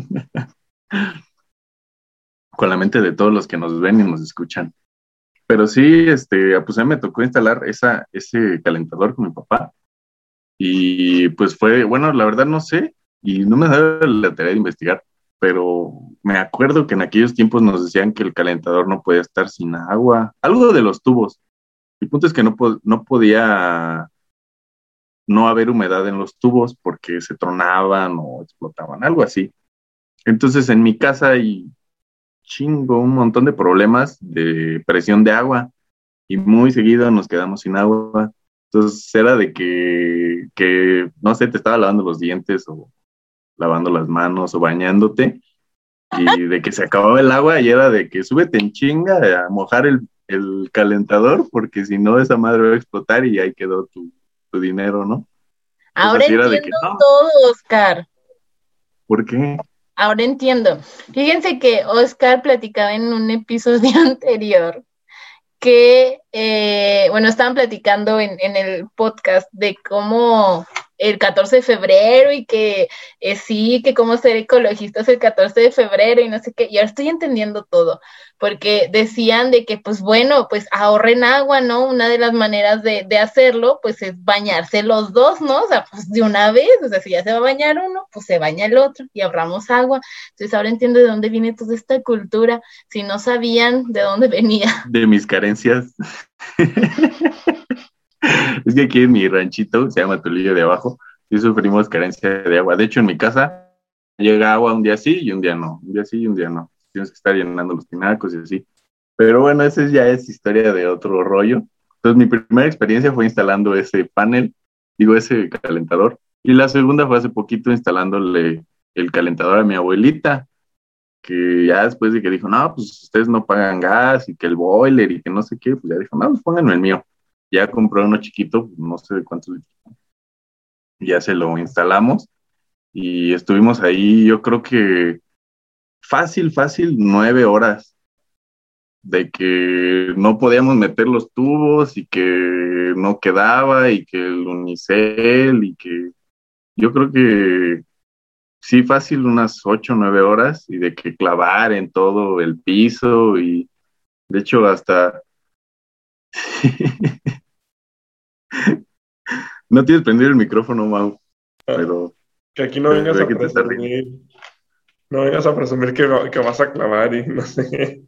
Con la mente de todos los que nos ven y nos escuchan. Pero sí, este, pues a mí me tocó instalar esa, ese calentador con mi papá. Y pues fue, bueno, la verdad no sé, y no me da la tarea de investigar, pero me acuerdo que en aquellos tiempos nos decían que el calentador no podía estar sin agua, algo de los tubos. El punto es que no, po- no podía no haber humedad en los tubos porque se tronaban o explotaban, algo así. Entonces en mi casa hay chingo, un montón de problemas de presión de agua y muy seguido nos quedamos sin agua. Entonces era de que, que, no sé, te estaba lavando los dientes o lavando las manos o bañándote y de que se acababa el agua y era de que súbete en chinga a mojar el, el calentador porque si no esa madre va a explotar y ahí quedó tu, tu dinero, ¿no? Ahora Entonces sí era de entiendo que no, todo, Oscar. ¿por qué? Ahora entiendo. Fíjense que Oscar platicaba en un episodio anterior que, eh, bueno, estaban platicando en, en el podcast de cómo el catorce de febrero y que eh, sí, que cómo ser ecologistas el catorce de febrero y no sé qué, y ahora estoy entendiendo todo, porque decían de que, pues bueno, pues ahorren agua, ¿no? Una de las maneras de, de hacerlo, pues es bañarse los dos, ¿no? O sea, pues de una vez, o sea, si ya se va a bañar uno, pues se baña el otro y ahorramos agua. Entonces ahora entiendo de dónde viene toda esta cultura, si no sabían de dónde venía. De mis carencias. Es que aquí en mi ranchito, se llama Tulillo de Abajo, sí sufrimos carencia de agua. De hecho, en mi casa llega agua un día sí y un día no. Un día sí y un día no. Tienes que estar llenando los tinacos y así. Pero bueno, esa ya es historia de otro rollo. Entonces, mi primera experiencia fue instalando ese panel, digo, ese calentador. Y la segunda fue hace poquito instalándole el calentador a mi abuelita, que ya después de que dijo, no, pues ustedes no pagan gas y que el boiler y que no sé qué, pues ya dijo, no, pues pónganme el mío. Ya compré uno chiquito, no sé de cuántos litros, ya se lo instalamos y estuvimos ahí, yo creo que fácil, fácil, nueve horas de que no podíamos meter los tubos y que no quedaba y que el unicel y que yo creo que sí, fácil unas ocho o nueve horas y de que clavar en todo el piso y de hecho hasta no tienes prendido el micrófono, Mau, pero que aquí no vengas a que te está riendo. presumir, no vengas a presumir que, que vas a clavar y no sé.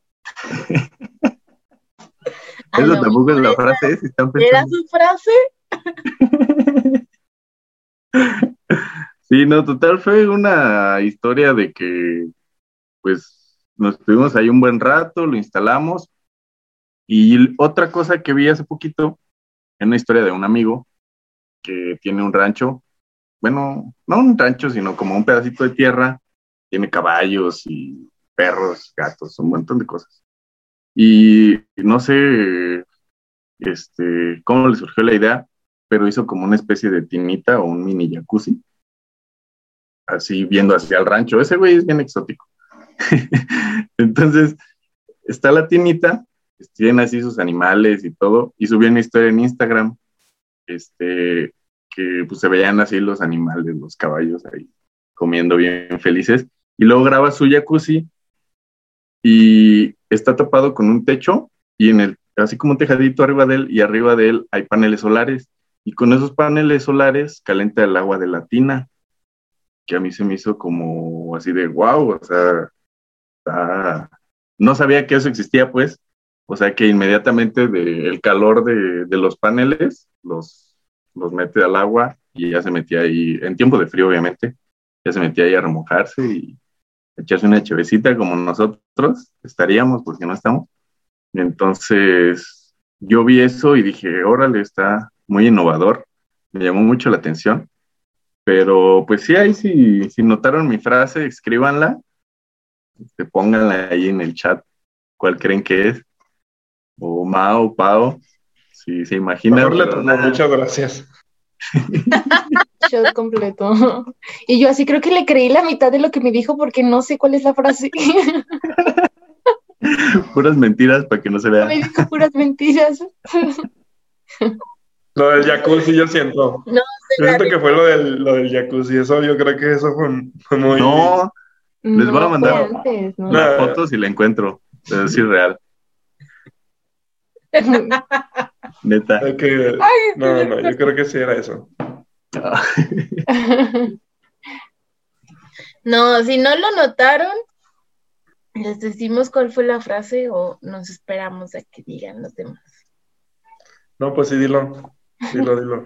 Eso tampoco es la frase, si están pensando. ¿Era su frase? Sí, no, total, fue una historia de que, pues, nos estuvimos ahí un buen rato, lo instalamos. Y otra cosa que vi hace poquito, en una historia de un amigo que tiene un rancho, bueno, no un rancho, sino como un pedacito de tierra, tiene caballos y perros, gatos, un montón de cosas. Y no sé este, cómo le surgió la idea, pero hizo como una especie de tinita o un mini jacuzzi, así viendo hacia el rancho. Ese güey es bien exótico. Entonces, está la tinita, tienen así sus animales y todo, y subió una historia en Instagram, este, que pues se veían así los animales, los caballos ahí comiendo bien felices, y luego graba su jacuzzi y está tapado con un techo y en el, así como un tejadito arriba de él, y arriba de él hay paneles solares, y con esos paneles solares calienta el agua de la tina, que a mí se me hizo como así de wow, o sea, está... no sabía que eso existía pues, o sea que inmediatamente de, el calor de, de los paneles los, los mete al agua y ya se metía ahí, en tiempo de frío obviamente, ya se metía ahí a remojarse y echarse una chevecita como nosotros estaríamos, porque no estamos. Entonces yo vi eso y dije, órale, está muy innovador, me llamó mucho la atención, pero pues sí, ahí sí, si notaron mi frase, escríbanla, este, pónganla ahí en el chat, cuál creen que es, o Mao, Pao, si se imaginan. Mejor le tomo, muchas gracias. Shot completo. Y yo así creo que le creí la mitad de lo que me dijo porque no sé cuál es la frase. Puras mentiras para que no se vea. Me dijo puras mentiras. Lo del jacuzzi yo siento. No, yo siento que fue lo del, lo del jacuzzi. Eso yo creo que eso fue, fue muy... No, les voy a mandar antes, ¿no? la foto si la encuentro. Pero es irreal. Neta. Okay. Ay, no, no, yo creo que sí era eso. No, si no lo notaron, les decimos cuál fue la frase o nos esperamos a que digan los demás. No, pues sí, dilo. Dilo, dilo.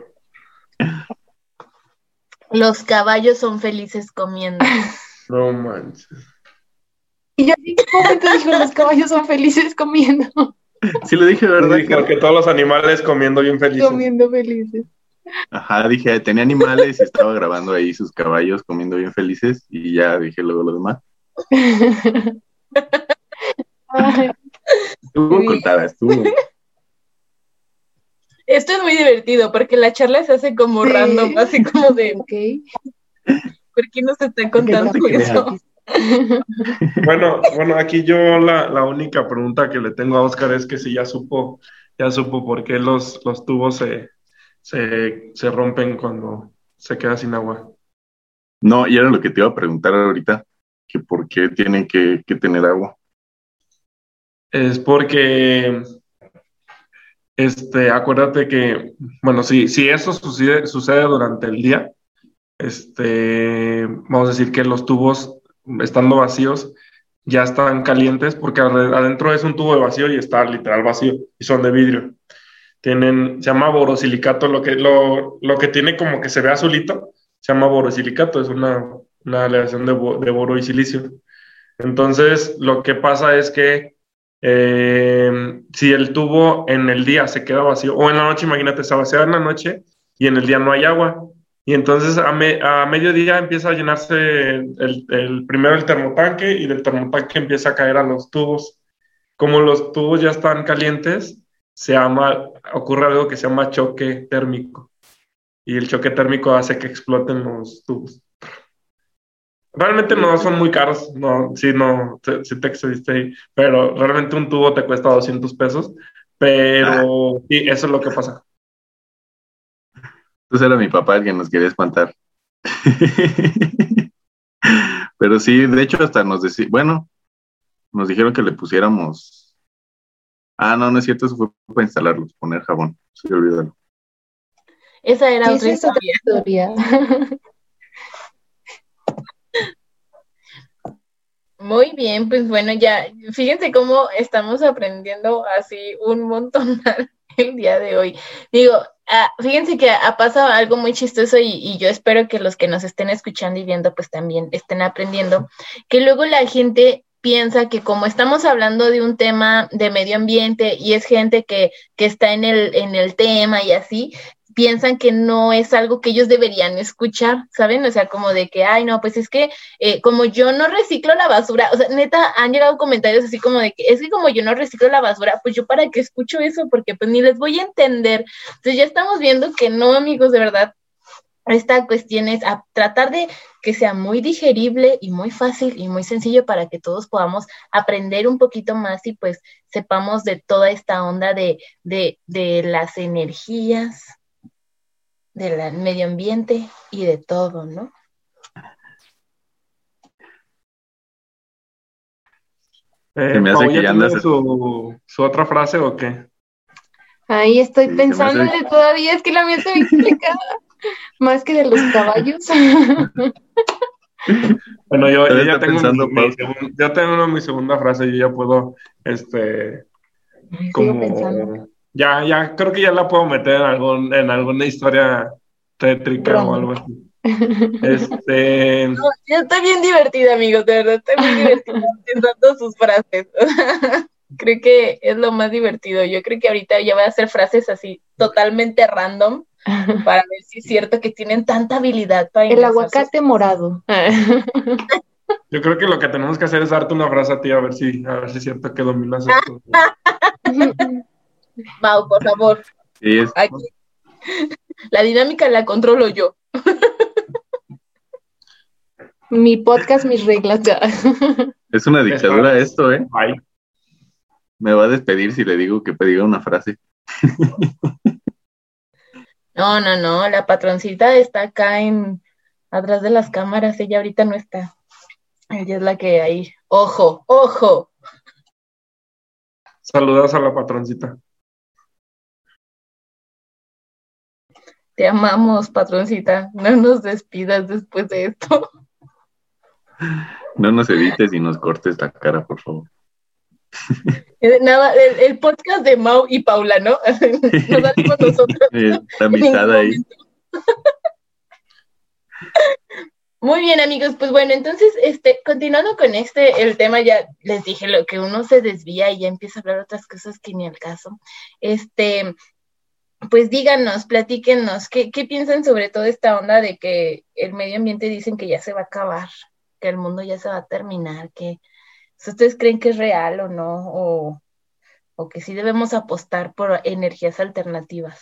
Los caballos son felices comiendo. No manches. Y yo en qué momento dijo, los caballos son felices comiendo. Sí lo dije, ¿verdad? Dijo que todos los animales comiendo bien felices. Comiendo felices. Ajá, dije, tenía animales y estaba grabando ahí sus caballos comiendo bien felices y ya dije luego lo demás. Ay, Estuvo contada, estuvo. Esto es muy divertido porque la charla se hace como sí. random, así como de, okay. ¿por qué nos está contando no eso? Bueno, bueno, aquí yo la, la única pregunta que le tengo a Oscar es que si ya supo, ya supo por qué los, los tubos se, se, se rompen cuando se queda sin agua. No, y era lo que te iba a preguntar ahorita, que por qué tienen que, que tener agua. Es porque, este, acuérdate que, bueno, si, si eso sucede, sucede durante el día, este, vamos a decir que los tubos, estando vacíos, ya están calientes, porque adentro es un tubo de vacío y está literal vacío, y son de vidrio. Tienen, se llama borosilicato, lo que, lo, lo que tiene como que se ve azulito, se llama borosilicato, es una, una aleación de, de boro y silicio. Entonces, lo que pasa es que eh, si el tubo en el día se queda vacío, o en la noche, imagínate, se vacía en la noche y en el día no hay agua, y entonces a, me, a mediodía empieza a llenarse el, el, primero el termotanque, y del termotanque empieza a caer a los tubos. Como los tubos ya están calientes, se llama, ocurre algo que se llama choque térmico, y el choque térmico hace que exploten los tubos. Realmente no son muy caros, no, sí, no, sí te excediste ahí, pero realmente un tubo te cuesta doscientos pesos, pero sí, eso es lo que pasa. Entonces era mi papá el que nos quería espantar. Pero sí, de hecho hasta nos decían, bueno, nos dijeron que le pusiéramos... Ah, no, no es cierto, eso fue para instalarlos, poner jabón, sí, olvídalo. Esa era sí, otra esa historia. Es otra historia. Muy bien, pues bueno, ya, fíjense cómo estamos aprendiendo así un montón el día de hoy. Digo, uh, fíjense que ha pasado algo muy chistoso y, y yo espero que los que nos estén escuchando y viendo pues también estén aprendiendo, que luego la gente piensa que como estamos hablando de un tema de medio ambiente y es gente que, que está en el, en el tema y así, piensan que no es algo que ellos deberían escuchar, ¿saben? O sea, como de que, ay, no, pues es que eh, como yo no reciclo la basura, o sea, neta, han llegado comentarios así como de que, es que como yo no reciclo la basura, pues yo para qué escucho eso, porque pues ni les voy a entender. Entonces ya estamos viendo que no, amigos, de verdad, esta cuestión es a tratar de que sea muy digerible y muy fácil y muy sencillo para que todos podamos aprender un poquito más y pues sepamos de toda esta onda de, de, de las energías, del medio ambiente y de todo, ¿no? Eh, Se me hace Pau, que ¿ya ya tiene andas. su, su otra frase o qué? Ahí estoy Sí, se me hace- pensándole todavía, es que la mía está bien complicada, más que de los caballos. Bueno, yo, yo Todavía ya está tengo mi, pensando, mi Pau. segun- ya tengo mi segunda frase, yo ya puedo, este, Ay, sigo pensando. como, ya, ya, creo que ya la puedo meter en algún, en alguna historia tétrica o algo Random. así. Este, No, yo estoy bien divertida, amigos, de verdad, estoy muy divertida pensando sus frases. Creo que es lo más divertido. Yo creo que ahorita ya voy a hacer frases así totalmente random para ver si es cierto que tienen tanta habilidad para El ingresar sus- aguacate morado. yo creo que lo que tenemos que hacer es darte una frase a ti, a ver si, a ver si es cierto que dominas esto. Mau, por favor. Sí, es, Aquí la dinámica la controlo yo. Mi podcast, mis reglas. es una dictadura esto, ¿eh? Ay, Me va a despedir si le digo que diga una frase. No, no, no, la patroncita está acá en atrás de las cámaras, ella ahorita no está. Ella es la que ahí. Ojo, ojo. saludas a la patroncita. Te amamos, patroncita. No nos despidas después de esto. No nos edites y nos cortes la cara, por favor. Nada, el, el podcast de Mau y Paula, ¿no? Nos salimos nosotros. Está en ningún invitada ahí. momento. Muy bien, amigos, pues bueno, entonces, este, continuando con este, el tema, ya les dije lo que uno se desvía y ya empieza a hablar otras cosas que ni al caso. Este, pues díganos, platíquenos, ¿qué, qué piensan sobre toda esta onda de que el medio ambiente dicen que ya se va a acabar, que el mundo ya se va a terminar, que si ustedes creen que es real o no, o, o que sí debemos apostar por energías alternativas?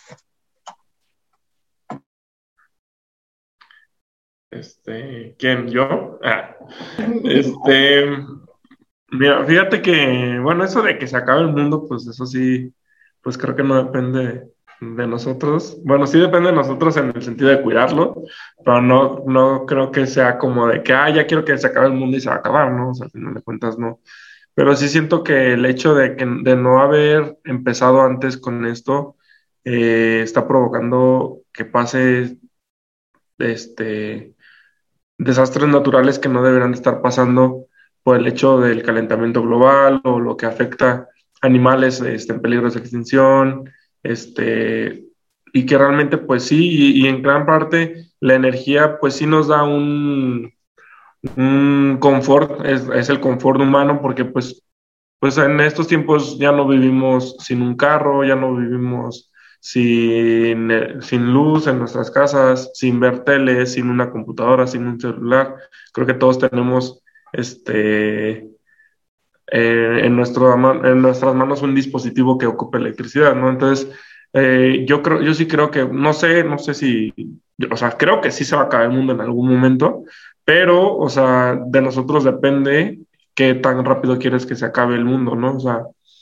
Este, ¿quién? ¿Yo? Ah, este, mira, fíjate que, bueno, eso de que se acabe el mundo, pues eso sí, pues creo que no depende de nosotros. Bueno, sí depende de nosotros en el sentido de cuidarlo, pero no, no creo que sea como de que, ah, ya quiero que se acabe el mundo y se va a acabar, ¿no? O sea, al final de cuentas no. Pero sí siento que el hecho de, que, de no haber empezado antes con esto eh, está provocando que pase este desastres naturales que no deberán estar pasando por el hecho del calentamiento global o lo que afecta a animales este, en peligro de extinción, este, y que realmente pues sí, y, y en gran parte la energía pues sí nos da un, un confort, es, es el confort humano porque pues, pues en estos tiempos ya no vivimos sin un carro, ya no vivimos sin, eh, sin luz en nuestras casas, sin ver tele, sin una computadora, sin un celular. Creo que todos tenemos este, eh, en, nuestro, en nuestras manos un dispositivo que ocupe electricidad, ¿no? Entonces, eh, yo creo, yo sí creo que, no sé, no sé si, o sea, creo que sí se va a acabar el mundo en algún momento, pero, o sea, de nosotros depende qué tan rápido quieres que se acabe el mundo, ¿no? O sea,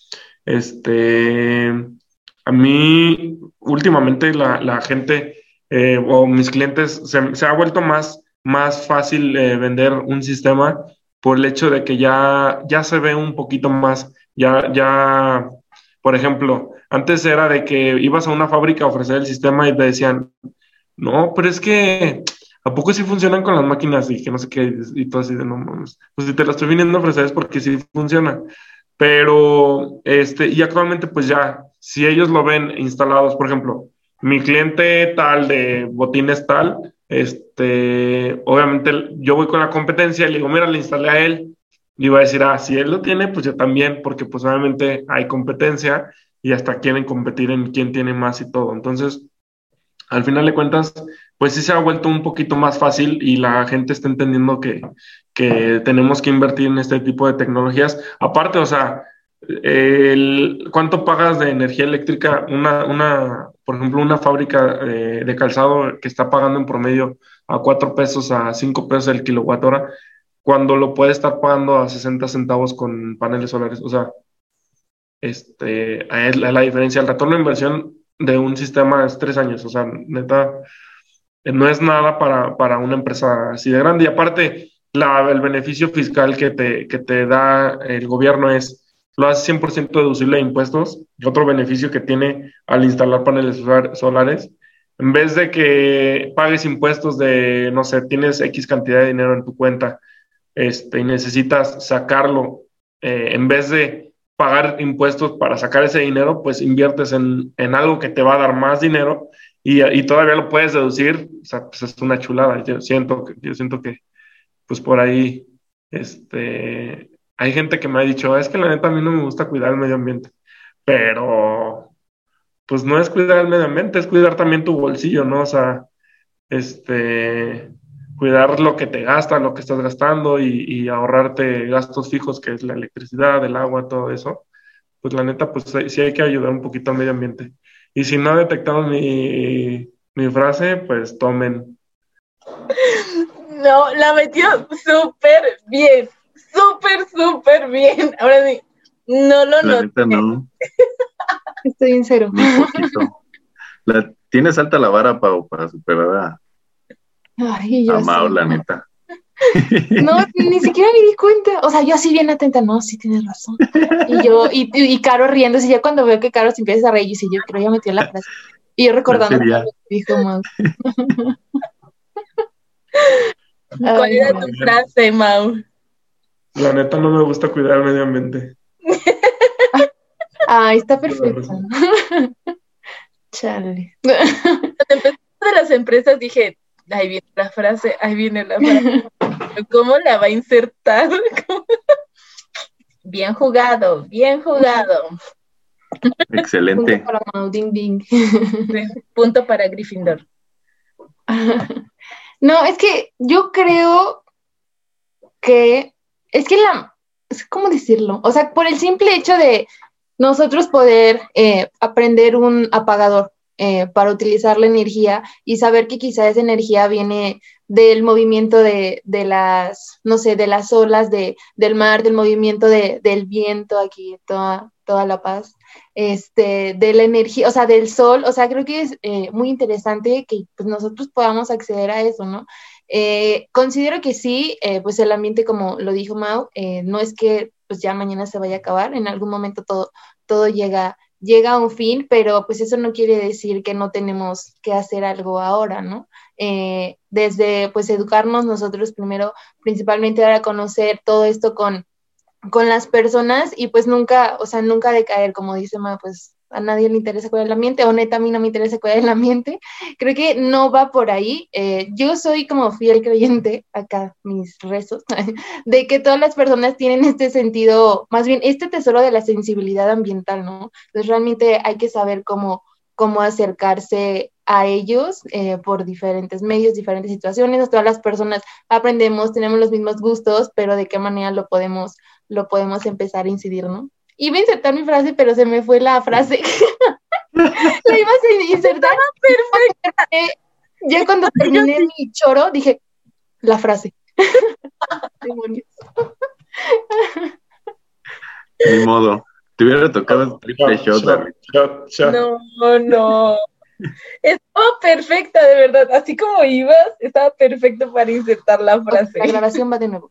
este, a mí últimamente la, la gente eh, o mis clientes se, se ha vuelto más, más fácil eh, vender un sistema por el hecho de que ya, ya se ve un poquito más, ya, ya, por ejemplo, antes era de que ibas a una fábrica a ofrecer el sistema y te decían, no, pero es que, ¿a poco sí funcionan con las máquinas? Y que no sé qué, y todo así de no mames. Pues si te la estoy viniendo a ofrecer es porque sí funciona. Pero, este, y actualmente, pues ya, si ellos lo ven instalados, por ejemplo, mi cliente tal de botines tal, este, obviamente yo voy con la competencia y le digo, mira, le instalé a él iba a decir, ah, si él lo tiene, pues yo también, porque pues obviamente hay competencia y hasta quieren competir en quién tiene más y todo. Entonces, al final de cuentas, pues sí se ha vuelto un poquito más fácil y la gente está entendiendo que, que tenemos que invertir en este tipo de tecnologías. Aparte, o sea, el, ¿cuánto pagas de energía eléctrica? Una, una, por ejemplo, una fábrica eh, de calzado que está pagando en promedio a cuatro pesos, a cinco pesos el kilowatt hora, cuando lo puede estar pagando a sesenta centavos con paneles solares. O sea, este, es la, la diferencia. El retorno de inversión de un sistema es tres años. O sea, neta, no es nada para, para una empresa así de grande. Y aparte, la, el beneficio fiscal que te, que te da el gobierno es, lo hace cien por ciento deducible de impuestos. Y otro beneficio que tiene al instalar paneles solar, solares, en vez de que pagues impuestos de, no sé, tienes X cantidad de dinero en tu cuenta, este, y necesitas sacarlo, eh, en vez de pagar impuestos para sacar ese dinero, pues inviertes en, en algo que te va a dar más dinero y, y todavía lo puedes deducir. O sea, pues es una chulada. Yo siento que, yo siento que pues por ahí, este, hay gente que me ha dicho, es que la neta a mí no me gusta cuidar el medio ambiente, pero pues no es cuidar el medio ambiente, es cuidar también tu bolsillo, ¿no? O sea, este, cuidar lo que te gastas, lo que estás gastando y, y ahorrarte gastos fijos, que es la electricidad, el agua, todo eso. Pues la neta, pues sí hay que ayudar un poquito al medio ambiente. Y si no detectamos mi, mi frase, pues tomen. No, la metió súper bien, súper, súper bien. Ahora sí, no lo La noté. neta no, Estoy en cero. ni poquito. La, tienes alta la vara, Pau, para superar a, Ay, yo a Mau, sí. la neta. No, ni siquiera me di cuenta. O sea, yo así bien atenta, no, sí tienes razón. Y yo, y, y, y Caro riéndose, y ya cuando veo que Caro se empieza a reír, y yo creo ya metió la frase. Y yo recordando sería? lo que dijo Mau. ¿Cuál Ay, era no. tu frase, Mau? La neta no me gusta cuidar el medio ambiente. Ay, está perfecto. Chale. Cuando empecé de las empresas dije, ahí viene la frase, ahí viene la frase. ¿Cómo la va a insertar? Bien jugado, bien jugado. Excelente. Punto para Mau, ding, ding. Punto para Gryffindor. No, es que yo creo que es que la, ¿cómo decirlo? O sea, por el simple hecho de nosotros poder eh, aprender un apagador eh, para utilizar la energía y saber que quizá esa energía viene del movimiento de, de las, no sé, de las olas de, del mar, del movimiento de, del viento aquí, toda, toda La Paz, este, de la energía, o sea, del sol, o sea, creo que es eh, muy interesante que pues, nosotros podamos acceder a eso, ¿no? Eh, considero que sí, eh, pues el ambiente, como lo dijo Mau, eh, no es que pues ya mañana se vaya a acabar, en algún momento todo, todo llega, llega a un fin, pero pues eso no quiere decir que no tenemos que hacer algo ahora, ¿no? Eh, desde pues educarnos nosotros primero, principalmente ahora conocer todo esto con, con las personas y pues nunca, o sea, nunca decaer, como dice Mau, pues a nadie le interesa cuidar el ambiente, o neta a mí no me interesa cuidar el ambiente, creo que no va por ahí. Eh, yo soy como fiel creyente, acá mis rezos, de que todas las personas tienen este sentido, más bien este tesoro de la sensibilidad ambiental, ¿no? Entonces realmente hay que saber cómo, cómo acercarse a ellos eh, por diferentes medios, diferentes situaciones. Todas las personas aprendemos, tenemos los mismos gustos, pero de qué manera lo podemos, lo podemos empezar a incidir, ¿no? Iba a insertar mi frase, pero se me fue la frase. La iba a insertar perfecta. Ya cuando terminé mi choro, dije, la frase. Demonios. Ni modo. Te hubiera tocado el triple shot, shot, shot, shot. No, no. Estaba perfecta, de verdad. Así como ibas, estaba perfecto para insertar la frase. La grabación va de nuevo.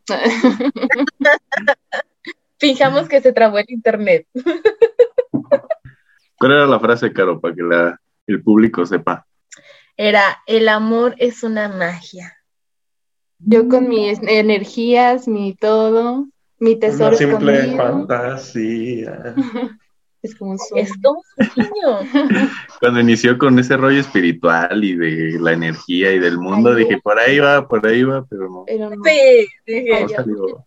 Fijamos que se trabó el internet. ¿Cuál era la frase, Caro, para que la, el público sepa? Era, el amor es una magia. Yo con mis energías, mi todo, mi tesoro Una simple escondido. fantasía. Es como un sueño. Es como un sueño. Cuando inició con ese rollo espiritual y de la energía y del mundo, Ay, dije, por ahí va, por ahí va, pero no, Pero no. Sí, dije no yo. salió.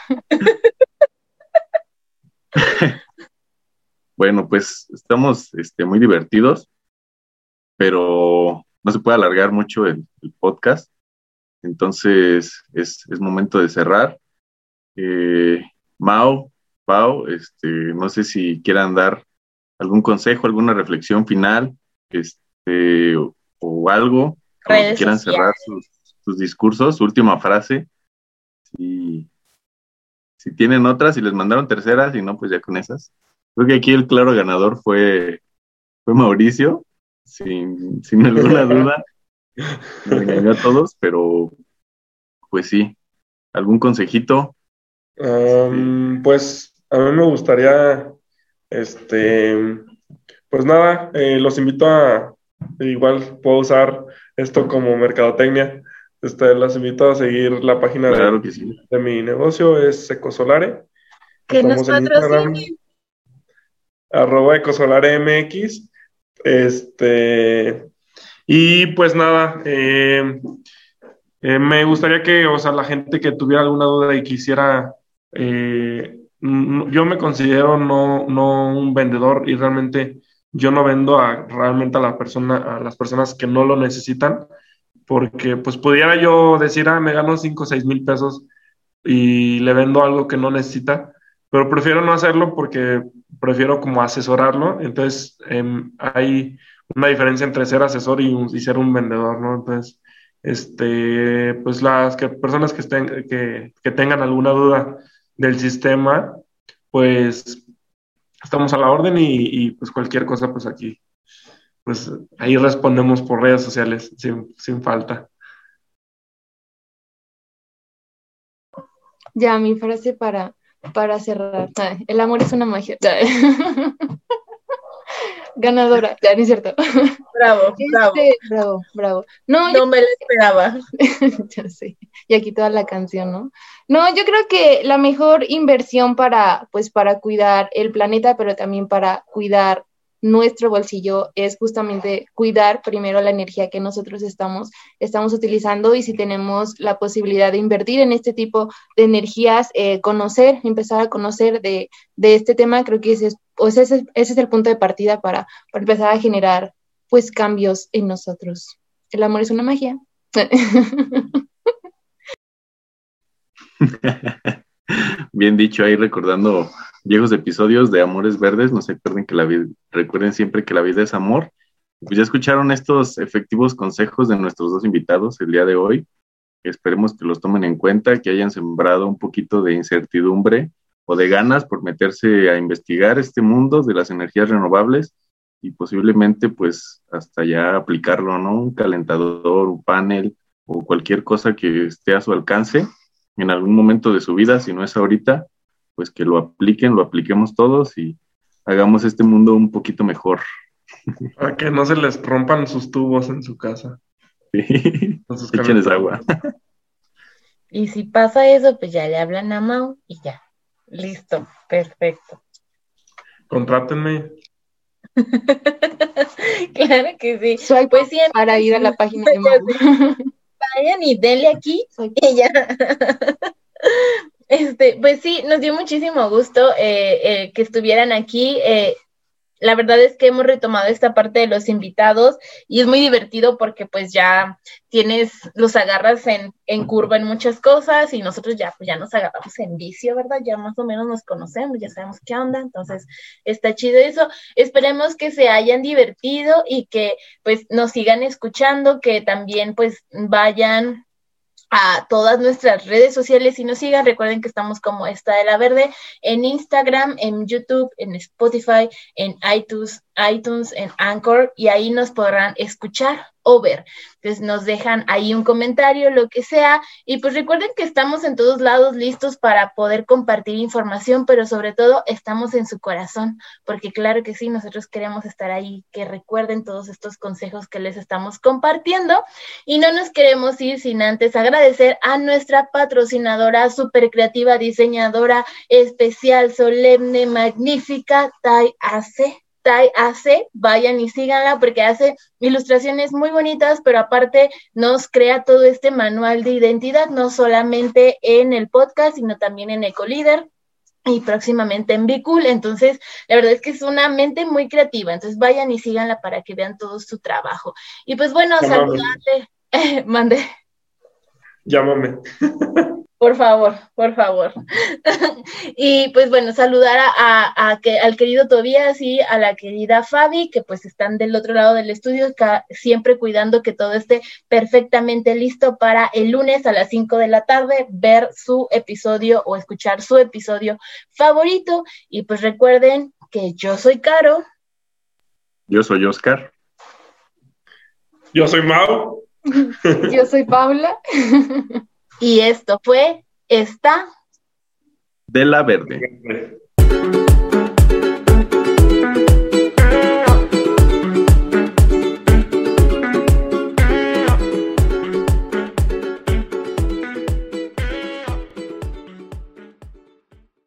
Bueno, pues estamos este, muy divertidos, pero no se puede alargar mucho el, el podcast. Entonces es, es momento de cerrar. Eh, Mau, Pau, este, no sé si quieran dar algún consejo, alguna reflexión final, este, o, o algo, con lo que quieran cerrar sus, sus discursos, su última frase. Si, si tienen otras, si les mandaron terceras, y no, pues ya con esas. Creo que aquí el claro ganador fue, fue Mauricio, sin, sin alguna duda. Me engañó a todos, pero pues sí, algún consejito. Um, pues a mí me gustaría, este, pues nada, eh, los invito a, igual puedo usar esto como mercadotecnia, este, los invito a seguir la página Claro de, que sí. de mi negocio, es Ecosolare. Que nos Estamos en Instagram, patrocine. arroba Ecosolare M X, este, y pues nada, eh, eh, me gustaría que, o sea, la gente que tuviera alguna duda y quisiera, eh, mm, yo me considero no, no un vendedor y realmente yo no vendo a, realmente a la persona, a las personas que no lo necesitan, porque pues pudiera yo decir, ah, me gano cinco o seis mil pesos y le vendo algo que no necesita, pero prefiero no hacerlo porque prefiero como asesorarlo. Entonces, em, hay una diferencia entre ser asesor y, un- y ser un vendedor, ¿no? Entonces, este, pues las que, personas que, estén, que, que tengan alguna duda del sistema, pues estamos a la orden y, y, pues cualquier cosa, pues aquí, pues ahí respondemos por redes sociales sin, sin falta. Ya, mi frase para, para cerrar. Ay, el amor es una magia. Ganadora. Ya, no es cierto. Bravo, bravo. Este, bravo, bravo. No, yo No me lo esperaba. ya sé. Y aquí toda la canción, ¿no? No, yo creo que la mejor inversión para, pues, para cuidar el planeta, pero también para cuidar nuestro bolsillo es justamente cuidar primero la energía que nosotros estamos, estamos utilizando y si tenemos la posibilidad de invertir en este tipo de energías, eh, conocer, empezar a conocer de, de este tema, creo que ese es, o sea, ese, ese es el punto de partida para, para empezar a generar pues cambios en nosotros. El amor es una magia. Bien dicho, ahí recordando viejos episodios de Amores Verdes, no se acuerden que la vida, recuerden siempre que la vida es amor. Pues ya escucharon estos efectivos consejos de nuestros dos invitados el día de hoy. Esperemos que los tomen en cuenta, que hayan sembrado un poquito de incertidumbre o de ganas por meterse a investigar este mundo de las energías renovables y posiblemente pues hasta ya aplicarlo, ¿no? Un calentador, un panel o cualquier cosa que esté a su alcance en algún momento de su vida, si no es ahorita, pues que lo apliquen, lo apliquemos todos y hagamos este mundo un poquito mejor. Para que no se les rompan sus tubos en su casa. Sí. Con sus Échenles calentadores. agua. Y si pasa eso, pues ya le hablan a Mau y ya. Listo, perfecto. Contrátenme. Claro que sí. Swipe Pues sí, para ir a la página de Mau. vayan y denle aquí Swipe. y ya. Este, pues sí, nos dio muchísimo gusto eh, eh, que estuvieran aquí. Eh, la verdad es que hemos retomado esta parte de los invitados y es muy divertido porque pues ya tienes, los agarras en, en curva en muchas cosas y nosotros ya, pues ya nos agarramos en vicio, ¿verdad? Ya más o menos nos conocemos, ya sabemos qué onda, entonces está chido eso. Esperemos que se hayan divertido y que pues nos sigan escuchando, que también pues vayan a todas nuestras redes sociales y nos sigan. Recuerden que estamos como Esta de la Verde en Instagram, en YouTube, en Spotify, en iTunes, iTunes, en Anchor, y ahí nos podrán escuchar o ver. Entonces nos dejan ahí un comentario, lo que sea, y pues recuerden que estamos en todos lados listos para poder compartir información, pero sobre todo estamos en su corazón, porque claro que sí, nosotros queremos estar ahí, que recuerden todos estos consejos que les estamos compartiendo, y no nos queremos ir sin antes agradecer a nuestra patrocinadora súper creativa, diseñadora especial, solemne, magnífica, Tai A C. Tai hace, vayan y síganla porque hace ilustraciones muy bonitas, pero aparte nos crea todo este manual de identidad, no solamente en el podcast, sino también en Ecolíder y próximamente en Be Cool. Entonces, la verdad es que es una mente muy creativa, entonces vayan y síganla para que vean todo su trabajo. Y pues bueno, saludarte, eh, mande. Llámame. Por favor, por favor. Y pues bueno, saludar a, a, a que, al querido Tobías y a la querida Fabi, que pues están del otro lado del estudio, ca- siempre cuidando que todo esté perfectamente listo para el lunes a las cinco de la tarde, ver su episodio o escuchar su episodio favorito. Y pues recuerden que yo soy Caro. Yo soy Oscar. Yo soy Mau. Yo soy Paula. Y esto fue Esta De la Verde.